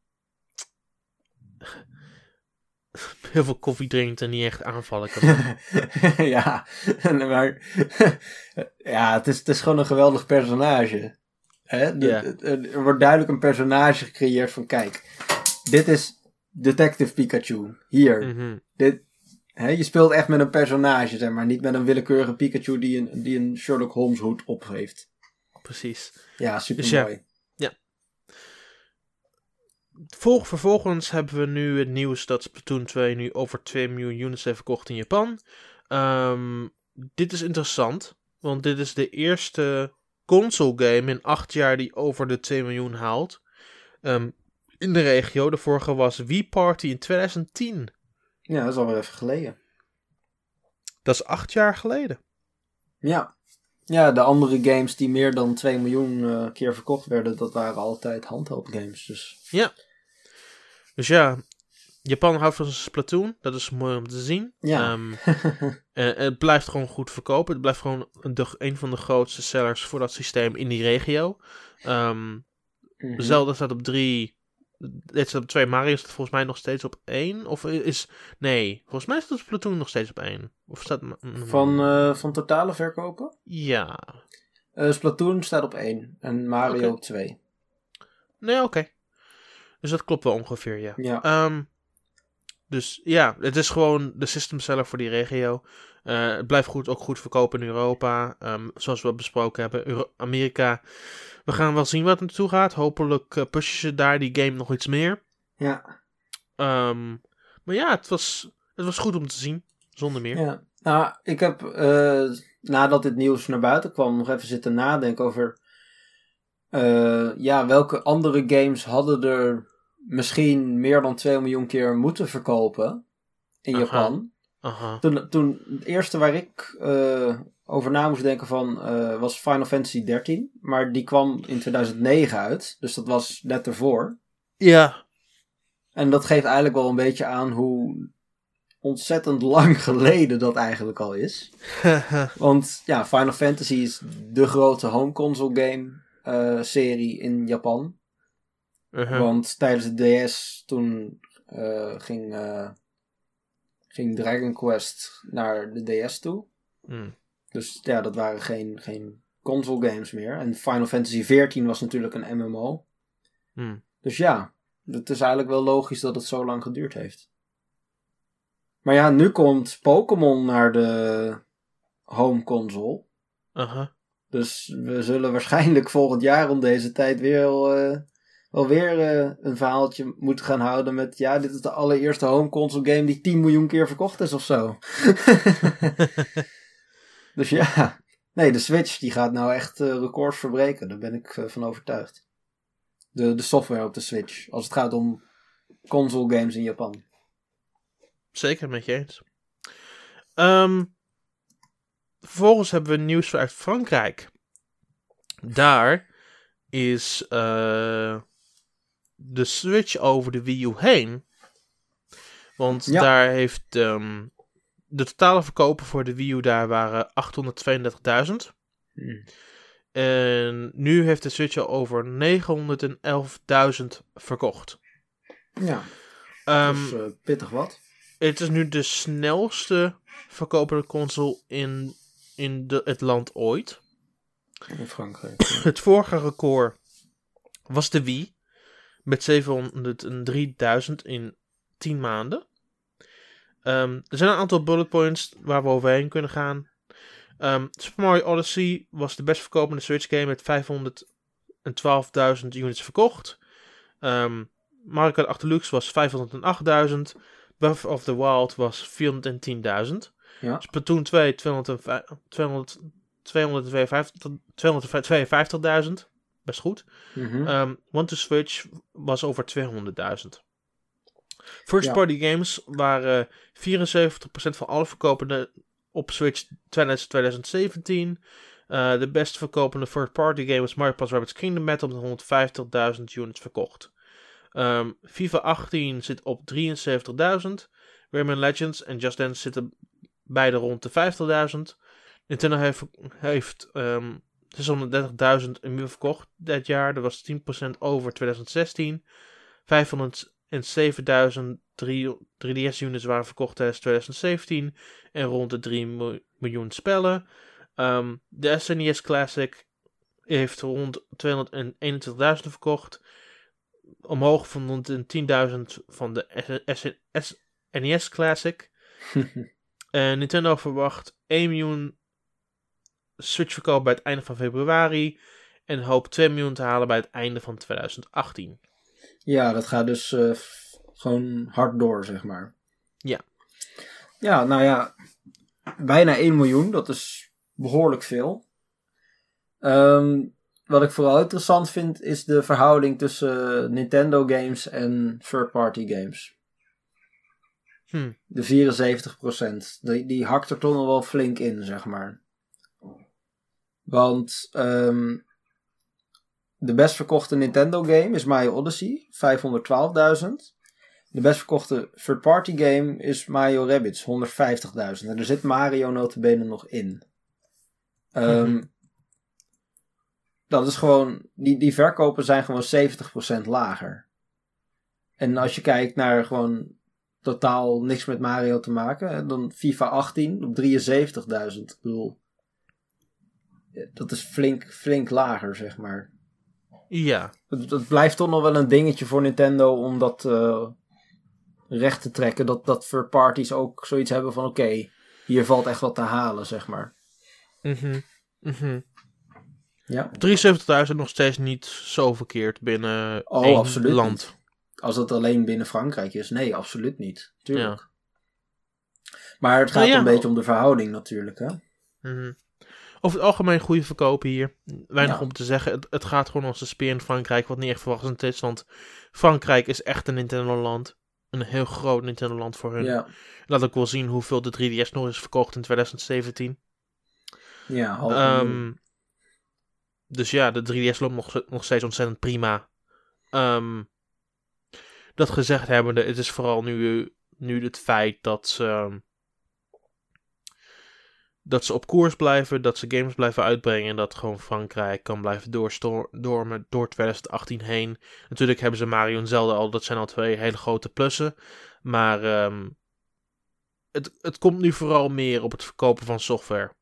heel veel koffie drinkt en niet echt aanvallen kan. Ja, maar ja, het is, het is gewoon een geweldig personage. Hè? De, yeah. er, er wordt duidelijk een personage gecreëerd van kijk, dit is Detective Pikachu. Hier. Mm-hmm. Dit, Hè, je speelt echt met een personage, zeg maar. Niet met een willekeurige Pikachu die een, die een Sherlock Holmes hoed op heeft. Precies. Ja, super Dus mooi. Ja. ja. Volg, vervolgens hebben we nu het nieuws dat Splatoon twee nu over twee miljoen units heeft verkocht in Japan. Um, dit is interessant, want dit is de eerste console game in acht jaar die over de twee miljoen haalt. Um, in de regio. De vorige was Wii Party in twintig tien. Ja, dat is alweer even geleden. Dat is acht jaar geleden. Ja. Ja, de andere games die meer dan twee miljoen uh, keer verkocht werden, dat waren altijd handheld games. Dus. Ja. Dus ja, Japan houdt van Splatoon. Dat is mooi om te zien. Ja. Um, uh, het blijft gewoon goed verkopen. Het blijft gewoon de, een van de grootste sellers voor dat systeem in die regio. Um, mm-hmm. Zelda staat op drie. Dit staat op twee. Mario staat volgens mij nog steeds op één. Of is... Nee, volgens mij staat Splatoon nog steeds op één. Of staat... Van, uh, van totale verkopen? Ja. Uh, Splatoon staat op één. En Mario okay. op twee. Nee, oké. Okay. Dus dat klopt wel ongeveer, ja. Ja. Um, dus ja, het is gewoon de system seller voor die regio. Uh, het blijft goed, ook goed verkopen in Europa. Um, zoals we besproken hebben. Euro- Amerika... We gaan wel zien wat er naartoe gaat. Hopelijk uh, pushen ze daar die game nog iets meer. Ja. Um, maar ja, het was, het was goed om te zien. Zonder meer. Ja. Nou, ik heb uh, nadat dit nieuws naar buiten kwam nog even zitten nadenken over... Uh, ja, welke andere games hadden er misschien meer dan twee miljoen keer moeten verkopen in Aha. Japan. Aha. Toen, toen het eerste waar ik... Uh, over na moest denken van, uh, was Final Fantasy dertien. Maar die kwam in tweeduizend negen uit. Dus dat was net ervoor. Ja. En dat geeft eigenlijk wel een beetje aan hoe ontzettend lang geleden dat eigenlijk al is. Want ja, Final Fantasy is de grote home console game uh, serie in Japan. Uh-huh. Want tijdens de D S toen uh, ging, uh, ging Dragon Quest naar de D S toe. Mm. Dus ja, dat waren geen, geen console games meer. En Final Fantasy veertien was natuurlijk een M M O. Hmm. Dus ja, het is eigenlijk wel logisch dat het zo lang geduurd heeft. Maar ja, nu komt Pokémon naar de home console. Uh-huh. Dus we zullen waarschijnlijk volgend jaar om deze tijd weer uh, wel weer uh, een verhaaltje moeten gaan houden met... Ja, dit is de allereerste home console game die tien miljoen keer verkocht is of zo. Dus ja, nee, de Switch die gaat nou echt uh, records verbreken. Daar ben ik uh, van overtuigd. De, de software op de Switch. Als het gaat om console games in Japan. Zeker met je eens. Um, vervolgens hebben we nieuws uit Frankrijk. Daar is uh, de Switch over de Wii U heen. Want ja. daar heeft... Um, De totale verkopen voor de Wii U daar waren achthonderdtweeëndertigduizend. Hmm. En nu heeft de Switch al over negenhonderdelfduizend verkocht. Ja, um, dat is uh, pittig wat. Het is nu de snelste verkopende console in, in de, het land ooit. In Frankrijk. Ja. Het vorige record was de Wii. Met zevenhonderddrieduizend in tien maanden. Um, er zijn een aantal bullet points waar we overheen kunnen gaan. Um, Super Mario Odyssey was de best verkopende Switch game met vijfhonderdtwaalfduizend units verkocht. Um, Mario Kart acht Deluxe was vijfhonderdachtduizend. Breath of the Wild was vierhonderdtienduizend. Ja. Splatoon twee tweehonderdtweeënvijftigduizend. Best goed. Mm-hmm. Um, One to Switch was over tweehonderdduizend. First ja. party games waren vierenzeventig procent van alle verkopende op Switch twintig zeventien. Uh, de best verkopende first party game was Mario Plus Rabbids Kingdom Battle met honderdvijftigduizend units verkocht. Um, FIFA achttien zit op drieënzeventigduizend. Rayman Legends en Just Dance zitten beide rond de vijftigduizend. Nintendo heeft, heeft um, zeshonderddertigduizend in verkocht dit jaar. Dat was tien procent over twintig zestien. vijfhonderdzevenduizend drie D S units waren verkocht tijdens twintig zeventien. En rond de drie miljoen spellen. Um, de S N E S Classic heeft rond tweehonderdeenentwintigduizend verkocht. Omhoog van rond de tienduizend van de S N E S Classic. En Nintendo verwacht één miljoen Switch verkoop bij het einde van februari. En hoopt twee miljoen te halen bij het einde van twintig achttien. Ja, dat gaat dus uh, f- gewoon hard door, zeg maar. Ja. Ja, nou ja, bijna één miljoen, dat is behoorlijk veel. Um, wat ik vooral interessant vind, is de verhouding tussen uh, Nintendo games en third-party games. Hm. De vierenzeventig procent. Die, die hakt er toch nog wel flink in, zeg maar. Want um, de best verkochte Nintendo game is Mario Odyssey, vijfhonderdtwaalfduizend. De best verkochte third-party game is Mario Rabbids, honderdvijftigduizend. En er zit Mario nota bene nog in. Um, mm-hmm. Dat is gewoon, die, die verkopen zijn gewoon zeventig procent lager. En als je kijkt naar gewoon totaal niks met Mario te maken, dan FIFA achttien op drieënzeventigduizend. Ik bedoel, dat is flink, flink lager, zeg maar. Ja. Het, het blijft toch nog wel een dingetje voor Nintendo om dat uh, recht te trekken. Dat, dat third parties ook zoiets hebben van oké, okay, hier valt echt wat te halen, zeg maar. Mhm. Mhm. Ja. drieënzeventigduizend nog steeds niet zo verkeerd binnen oh, één absoluut land. Niet. Als dat alleen binnen Frankrijk is. Nee, absoluut niet. Tuurlijk. Ja. Maar het gaat nou ja. een beetje om de verhouding natuurlijk. Hè? Mm-hmm. Over het algemeen goede verkopen hier. Weinig ja. om te zeggen. Het, het gaat gewoon als de speer in Frankrijk. Wat niet echt verrassend is. Want Frankrijk is echt een Nintendo-land. Een heel groot Nintendo-land voor hun. Ja. Laat ook wel zien hoeveel de drie D S nog is verkocht in twintig zeventien. Ja, half um, Dus ja, de drie D S loopt nog, nog steeds ontzettend prima. Um, dat gezegd hebbende, het is vooral nu, nu het feit dat ze, dat ze op koers blijven, dat ze games blijven uitbrengen en dat gewoon Frankrijk kan blijven doorstormen door twintig achttien heen. Natuurlijk hebben ze Mario en Zelda al, dat zijn al twee hele grote plussen. Maar um, het, het komt nu vooral meer op het verkopen van software.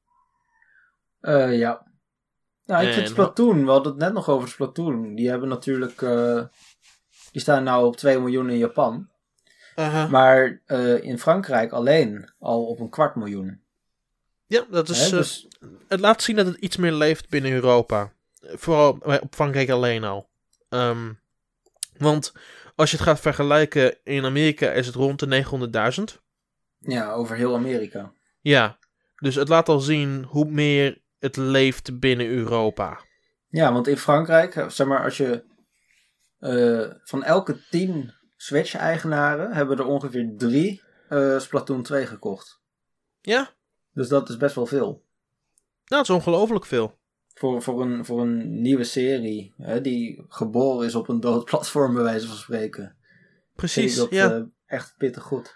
Uh, ja. Nou, ik en... vind Splatoon, we hadden het net nog over Splatoon. Die hebben natuurlijk, uh, die staan nou op twee miljoen in Japan. Uh-huh. Maar uh, in Frankrijk alleen al op een kwart miljoen. Ja, dat is, He, dus... uh, het laat zien dat het iets meer leeft binnen Europa. Vooral op Frankrijk alleen al. Um, want als je het gaat vergelijken, in Amerika is het rond de negenhonderdduizend. Ja, over heel Amerika. Ja, dus het laat al zien hoe meer het leeft binnen Europa. Ja, want in Frankrijk, zeg maar, als je uh, van elke tien Switch-eigenaren hebben er ongeveer drie uh, Splatoon twee gekocht. Ja. Dus dat is best wel veel. Nou, het is ongelooflijk veel. Voor, voor, een, voor een nieuwe serie, hè, die geboren is op een dood platform, bij wijze van spreken. Precies, dat ja. Uh, echt pittig goed.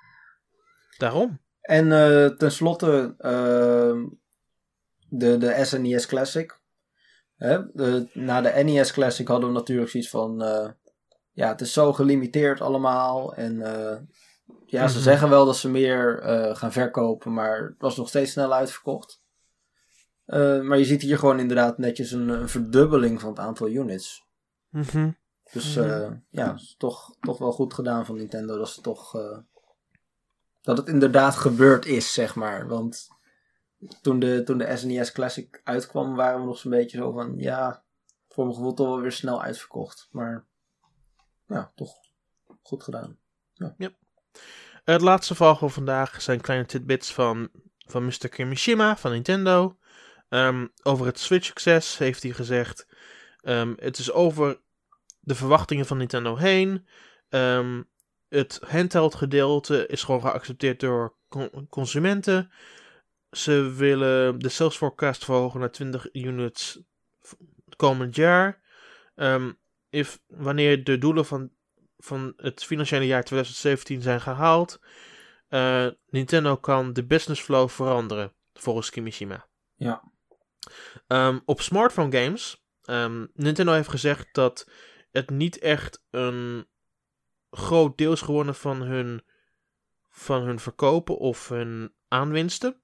Daarom. En uh, tenslotte uh, de, de S N E S Classic. Hè? De, na de N E S Classic hadden we natuurlijk zoiets van... Uh, ja, het is zo gelimiteerd allemaal. En uh, ja, ze mm-hmm. zeggen wel dat ze meer uh, gaan verkopen, maar het was nog steeds snel uitverkocht. Uh, maar je ziet hier gewoon inderdaad netjes een, een verdubbeling van het aantal units. Mm-hmm. Dus uh, mm-hmm. ja, is toch, toch wel goed gedaan van Nintendo dat ze toch... Uh, dat het inderdaad gebeurd is, zeg maar. Want toen de, toen de S N E S Classic uitkwam, waren we nog zo'n beetje zo van... Ja, voor mijn gevoel toch wel weer snel uitverkocht. Maar ja, toch goed gedaan. Ja. Ja. Het laatste verhaal van vandaag zijn kleine tidbits van, van mister Kimishima van Nintendo. Um, over het Switch-succes heeft hij gezegd... Um, het is over de verwachtingen van Nintendo heen... Um, Het handheld gedeelte is gewoon geaccepteerd door con- consumenten. Ze willen de sales forecast verhogen naar twintig units het komend jaar. Um, if, wanneer de doelen van, van het financiële jaar twintig zeventien zijn gehaald, uh, Nintendo kan de business flow veranderen, volgens Kimishima. Ja. Um, op smartphone games, um, Nintendo heeft gezegd dat het niet echt een groot deel is gewonnen van hun, van hun verkopen of hun aanwinsten.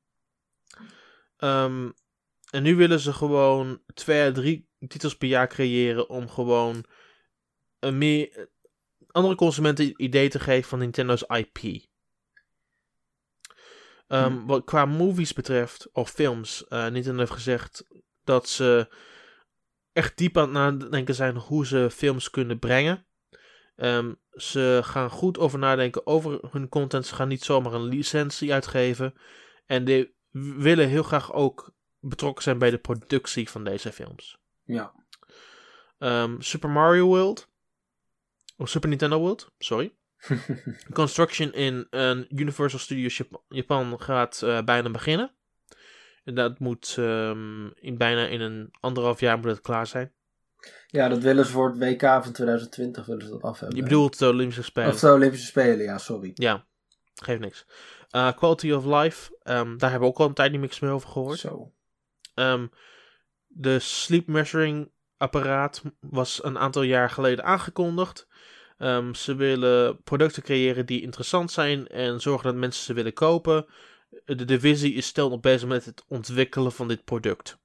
Um, en nu willen ze gewoon twee à drie titels per jaar creëren om gewoon een meer andere consumenten een idee te geven van Nintendo's I P. Um, Hm. Wat qua movies betreft, of films, uh, Nintendo heeft gezegd dat ze echt diep aan het nadenken zijn hoe ze films kunnen brengen. Um, ze gaan goed over nadenken over hun content. Ze gaan niet zomaar een licentie uitgeven. En die willen heel graag ook betrokken zijn bij de productie van deze films. Ja. Um, Super Mario World. Of Super Nintendo World, sorry. Construction in uh, Universal Studios Jap- Japan gaat uh, bijna beginnen. En dat moet um, in bijna in een anderhalf jaar moet het klaar zijn. Ja, dat willen ze voor het W K van twintig twintig willen ze dat af hebben. Je bedoelt de Olympische Spelen? Of de Olympische Spelen, ja, sorry. Ja, geeft niks. Uh, Quality of Life, um, daar hebben we ook al een tijd niet niks meer over gehoord. Zo. Um, de sleep measuring apparaat was een aantal jaar geleden aangekondigd. Um, ze willen producten creëren die interessant zijn en zorgen dat mensen ze willen kopen. De divisie is stil nog bezig met het ontwikkelen van dit product.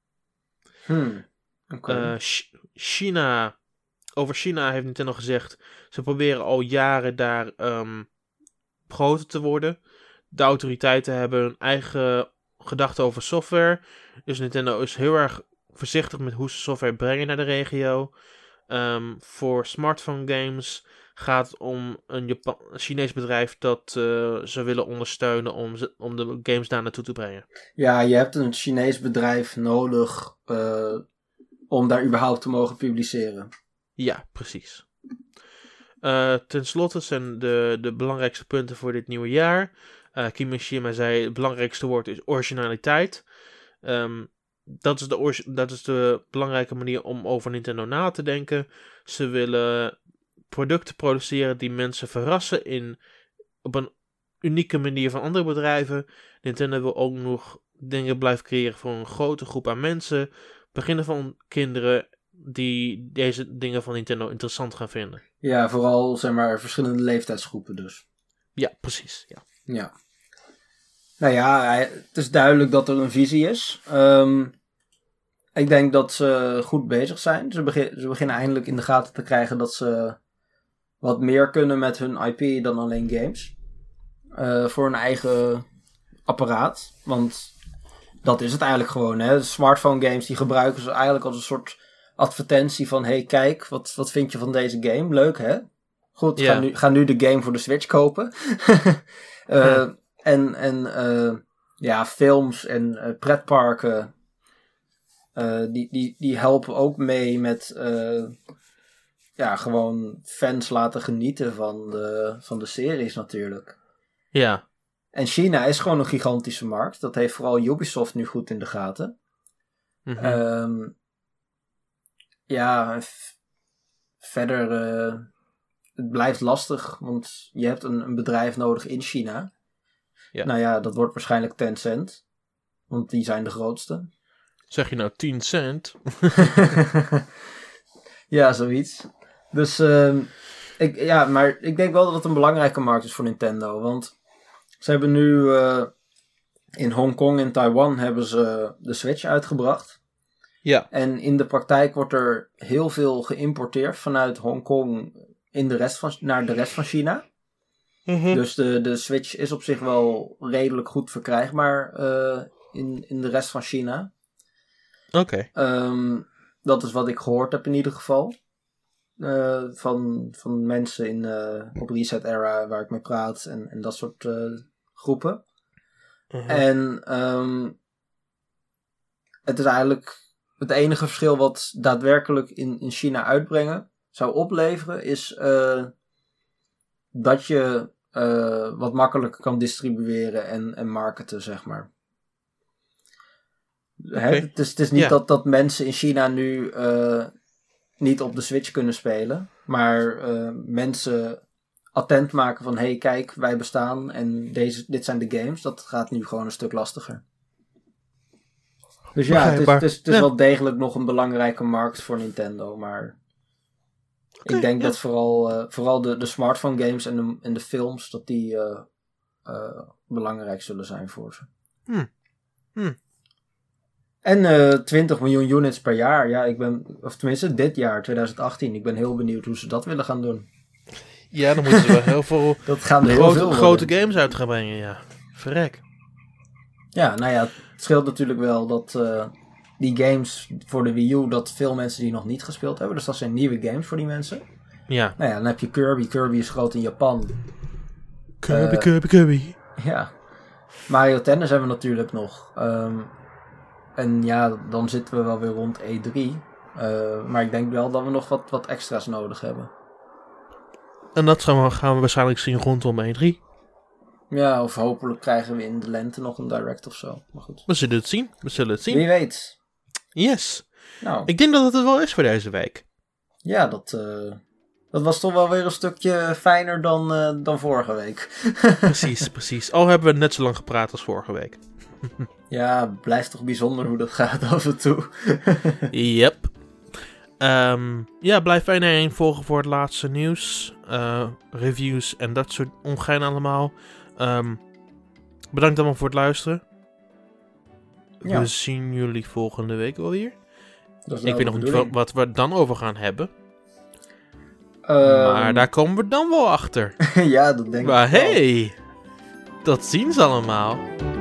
Hmm. Okay. Uh, Ch- China, over China heeft Nintendo gezegd, ze proberen al jaren daar um, groter te worden. De autoriteiten hebben hun eigen gedachten over software. Dus Nintendo is heel erg voorzichtig met hoe ze software brengen naar de regio. Um, voor smartphone games gaat het om een Japan- Chinees bedrijf dat uh, ze willen ondersteunen om, ze, om de games daar naartoe te brengen. Ja, je hebt een Chinees bedrijf nodig uh, om daar überhaupt te mogen publiceren. Ja, precies. Uh, ten slotte zijn de, de belangrijkste punten voor dit nieuwe jaar. Uh, Kimishima zei, het belangrijkste woord is originaliteit. Um, dat, is de or- dat is de belangrijke manier om over Nintendo na te denken. Ze willen producten produceren die mensen verrassen in, op een unieke manier van andere bedrijven. Nintendo wil ook nog dingen blijven creëren voor een grote groep aan mensen. Beginnen van kinderen die deze dingen van Nintendo interessant gaan vinden. Ja, vooral zeg maar verschillende leeftijdsgroepen dus. Ja, precies. Ja. Ja. Nou ja, hij, het is duidelijk dat er een visie is. Um, ik denk dat ze goed bezig zijn. Ze, begin, ze beginnen eindelijk in de gaten te krijgen dat ze wat meer kunnen met hun I P dan alleen games. Uh, voor hun eigen apparaat. Want dat is het eigenlijk gewoon. Hè? Smartphone games die gebruiken ze eigenlijk als een soort advertentie van... Hey, kijk, wat, wat vind je van deze game? Leuk, hè? Goed, Ja. ga, nu, ga nu de game voor de Switch kopen. uh, ja. En, en uh, ja, films en uh, pretparken... Uh, die, die, die helpen ook mee met... Uh, ja, gewoon fans laten genieten van de, van de series natuurlijk. Ja. En China is gewoon een gigantische markt. Dat heeft vooral Ubisoft nu goed in de gaten. Mm-hmm. Um, ja, f- verder... Uh, het blijft lastig, want je hebt een, een bedrijf nodig in China. Ja. Nou ja, dat wordt waarschijnlijk Tencent. Want die zijn de grootste. Zeg je nou tien cent? Ja, zoiets. Dus, uh, ik, ja, maar ik denk wel dat het een belangrijke markt is voor Nintendo. Want ze hebben nu uh, in Hongkong en Taiwan hebben ze de Switch uitgebracht. Ja. En in de praktijk wordt er heel veel geïmporteerd vanuit Hongkong in de rest van, naar de rest van China. Mm-hmm. Dus de, de Switch is op zich wel redelijk goed verkrijgbaar uh, in, in de rest van China. Oké. Okay. Um, dat is wat ik gehoord heb in ieder geval. Uh, van, van mensen in, uh, op Reset Era waar ik mee praat en, en dat soort uh, groepen. Uh-huh. En um, het is eigenlijk het enige verschil wat daadwerkelijk in, in China uitbrengen zou opleveren is uh, dat je uh, wat makkelijker kan distribueren en, en marketen, zeg maar. Okay. Hè? Het, is, het is niet yeah. dat, dat mensen in China nu uh, niet op de Switch kunnen spelen, maar uh, mensen attent maken van hey, kijk, wij bestaan en deze, dit zijn de games. Dat gaat nu gewoon een stuk lastiger. Dus ja, het is, het is, het is ja. wel degelijk nog een belangrijke markt voor Nintendo, maar okay, ik denk ja. dat vooral, uh, vooral de, de smartphone games en de, en de films, dat die uh, uh, belangrijk zullen zijn voor ze. Hmm. Hmm. En uh, twintig miljoen units per jaar, ja, ik ben, of tenminste dit jaar, twintig achttien, ik ben heel benieuwd hoe ze dat willen gaan doen. Ja, dan moeten ze wel heel veel dat gaan grote, heel veel grote games uit gaan brengen, ja. Verrek. Ja, nou ja, het scheelt natuurlijk wel dat uh, die games voor de Wii U, dat veel mensen die nog niet gespeeld hebben. Dus dat zijn nieuwe games voor die mensen. Ja. Nou ja, dan heb je Kirby. Kirby is groot in Japan. Kirby, uh, Kirby, Kirby. Ja. Mario Tennis hebben we natuurlijk nog. Um, en ja, dan zitten we wel weer rond E drie. Uh, maar ik denk wel dat we nog wat, wat extra's nodig hebben. En dat gaan we, gaan we waarschijnlijk zien rondom E drie. Ja, of hopelijk krijgen we in de lente nog een direct of zo. Maar goed. We zullen het zien. We zullen het zien. Wie weet. Yes. Nou. Ik denk dat het het wel is voor deze week. Ja, dat, uh, dat was toch wel weer een stukje fijner dan, uh, dan vorige week. Precies, precies. Al hebben we net zo lang gepraat als vorige week. Ja, blijft toch bijzonder hoe dat gaat af en toe. Yep. Um, ja, blijf fijn heen volgen voor het laatste nieuws. Uh, reviews en dat soort ongein allemaal. Um, bedankt allemaal voor het luisteren. Ja. We zien jullie volgende week alweer. Ik weet nog niet wat, wat we dan over gaan hebben. Um, maar daar komen we dan wel achter. Ja, dat denk maar ik wel. Maar hey, tot ziens allemaal.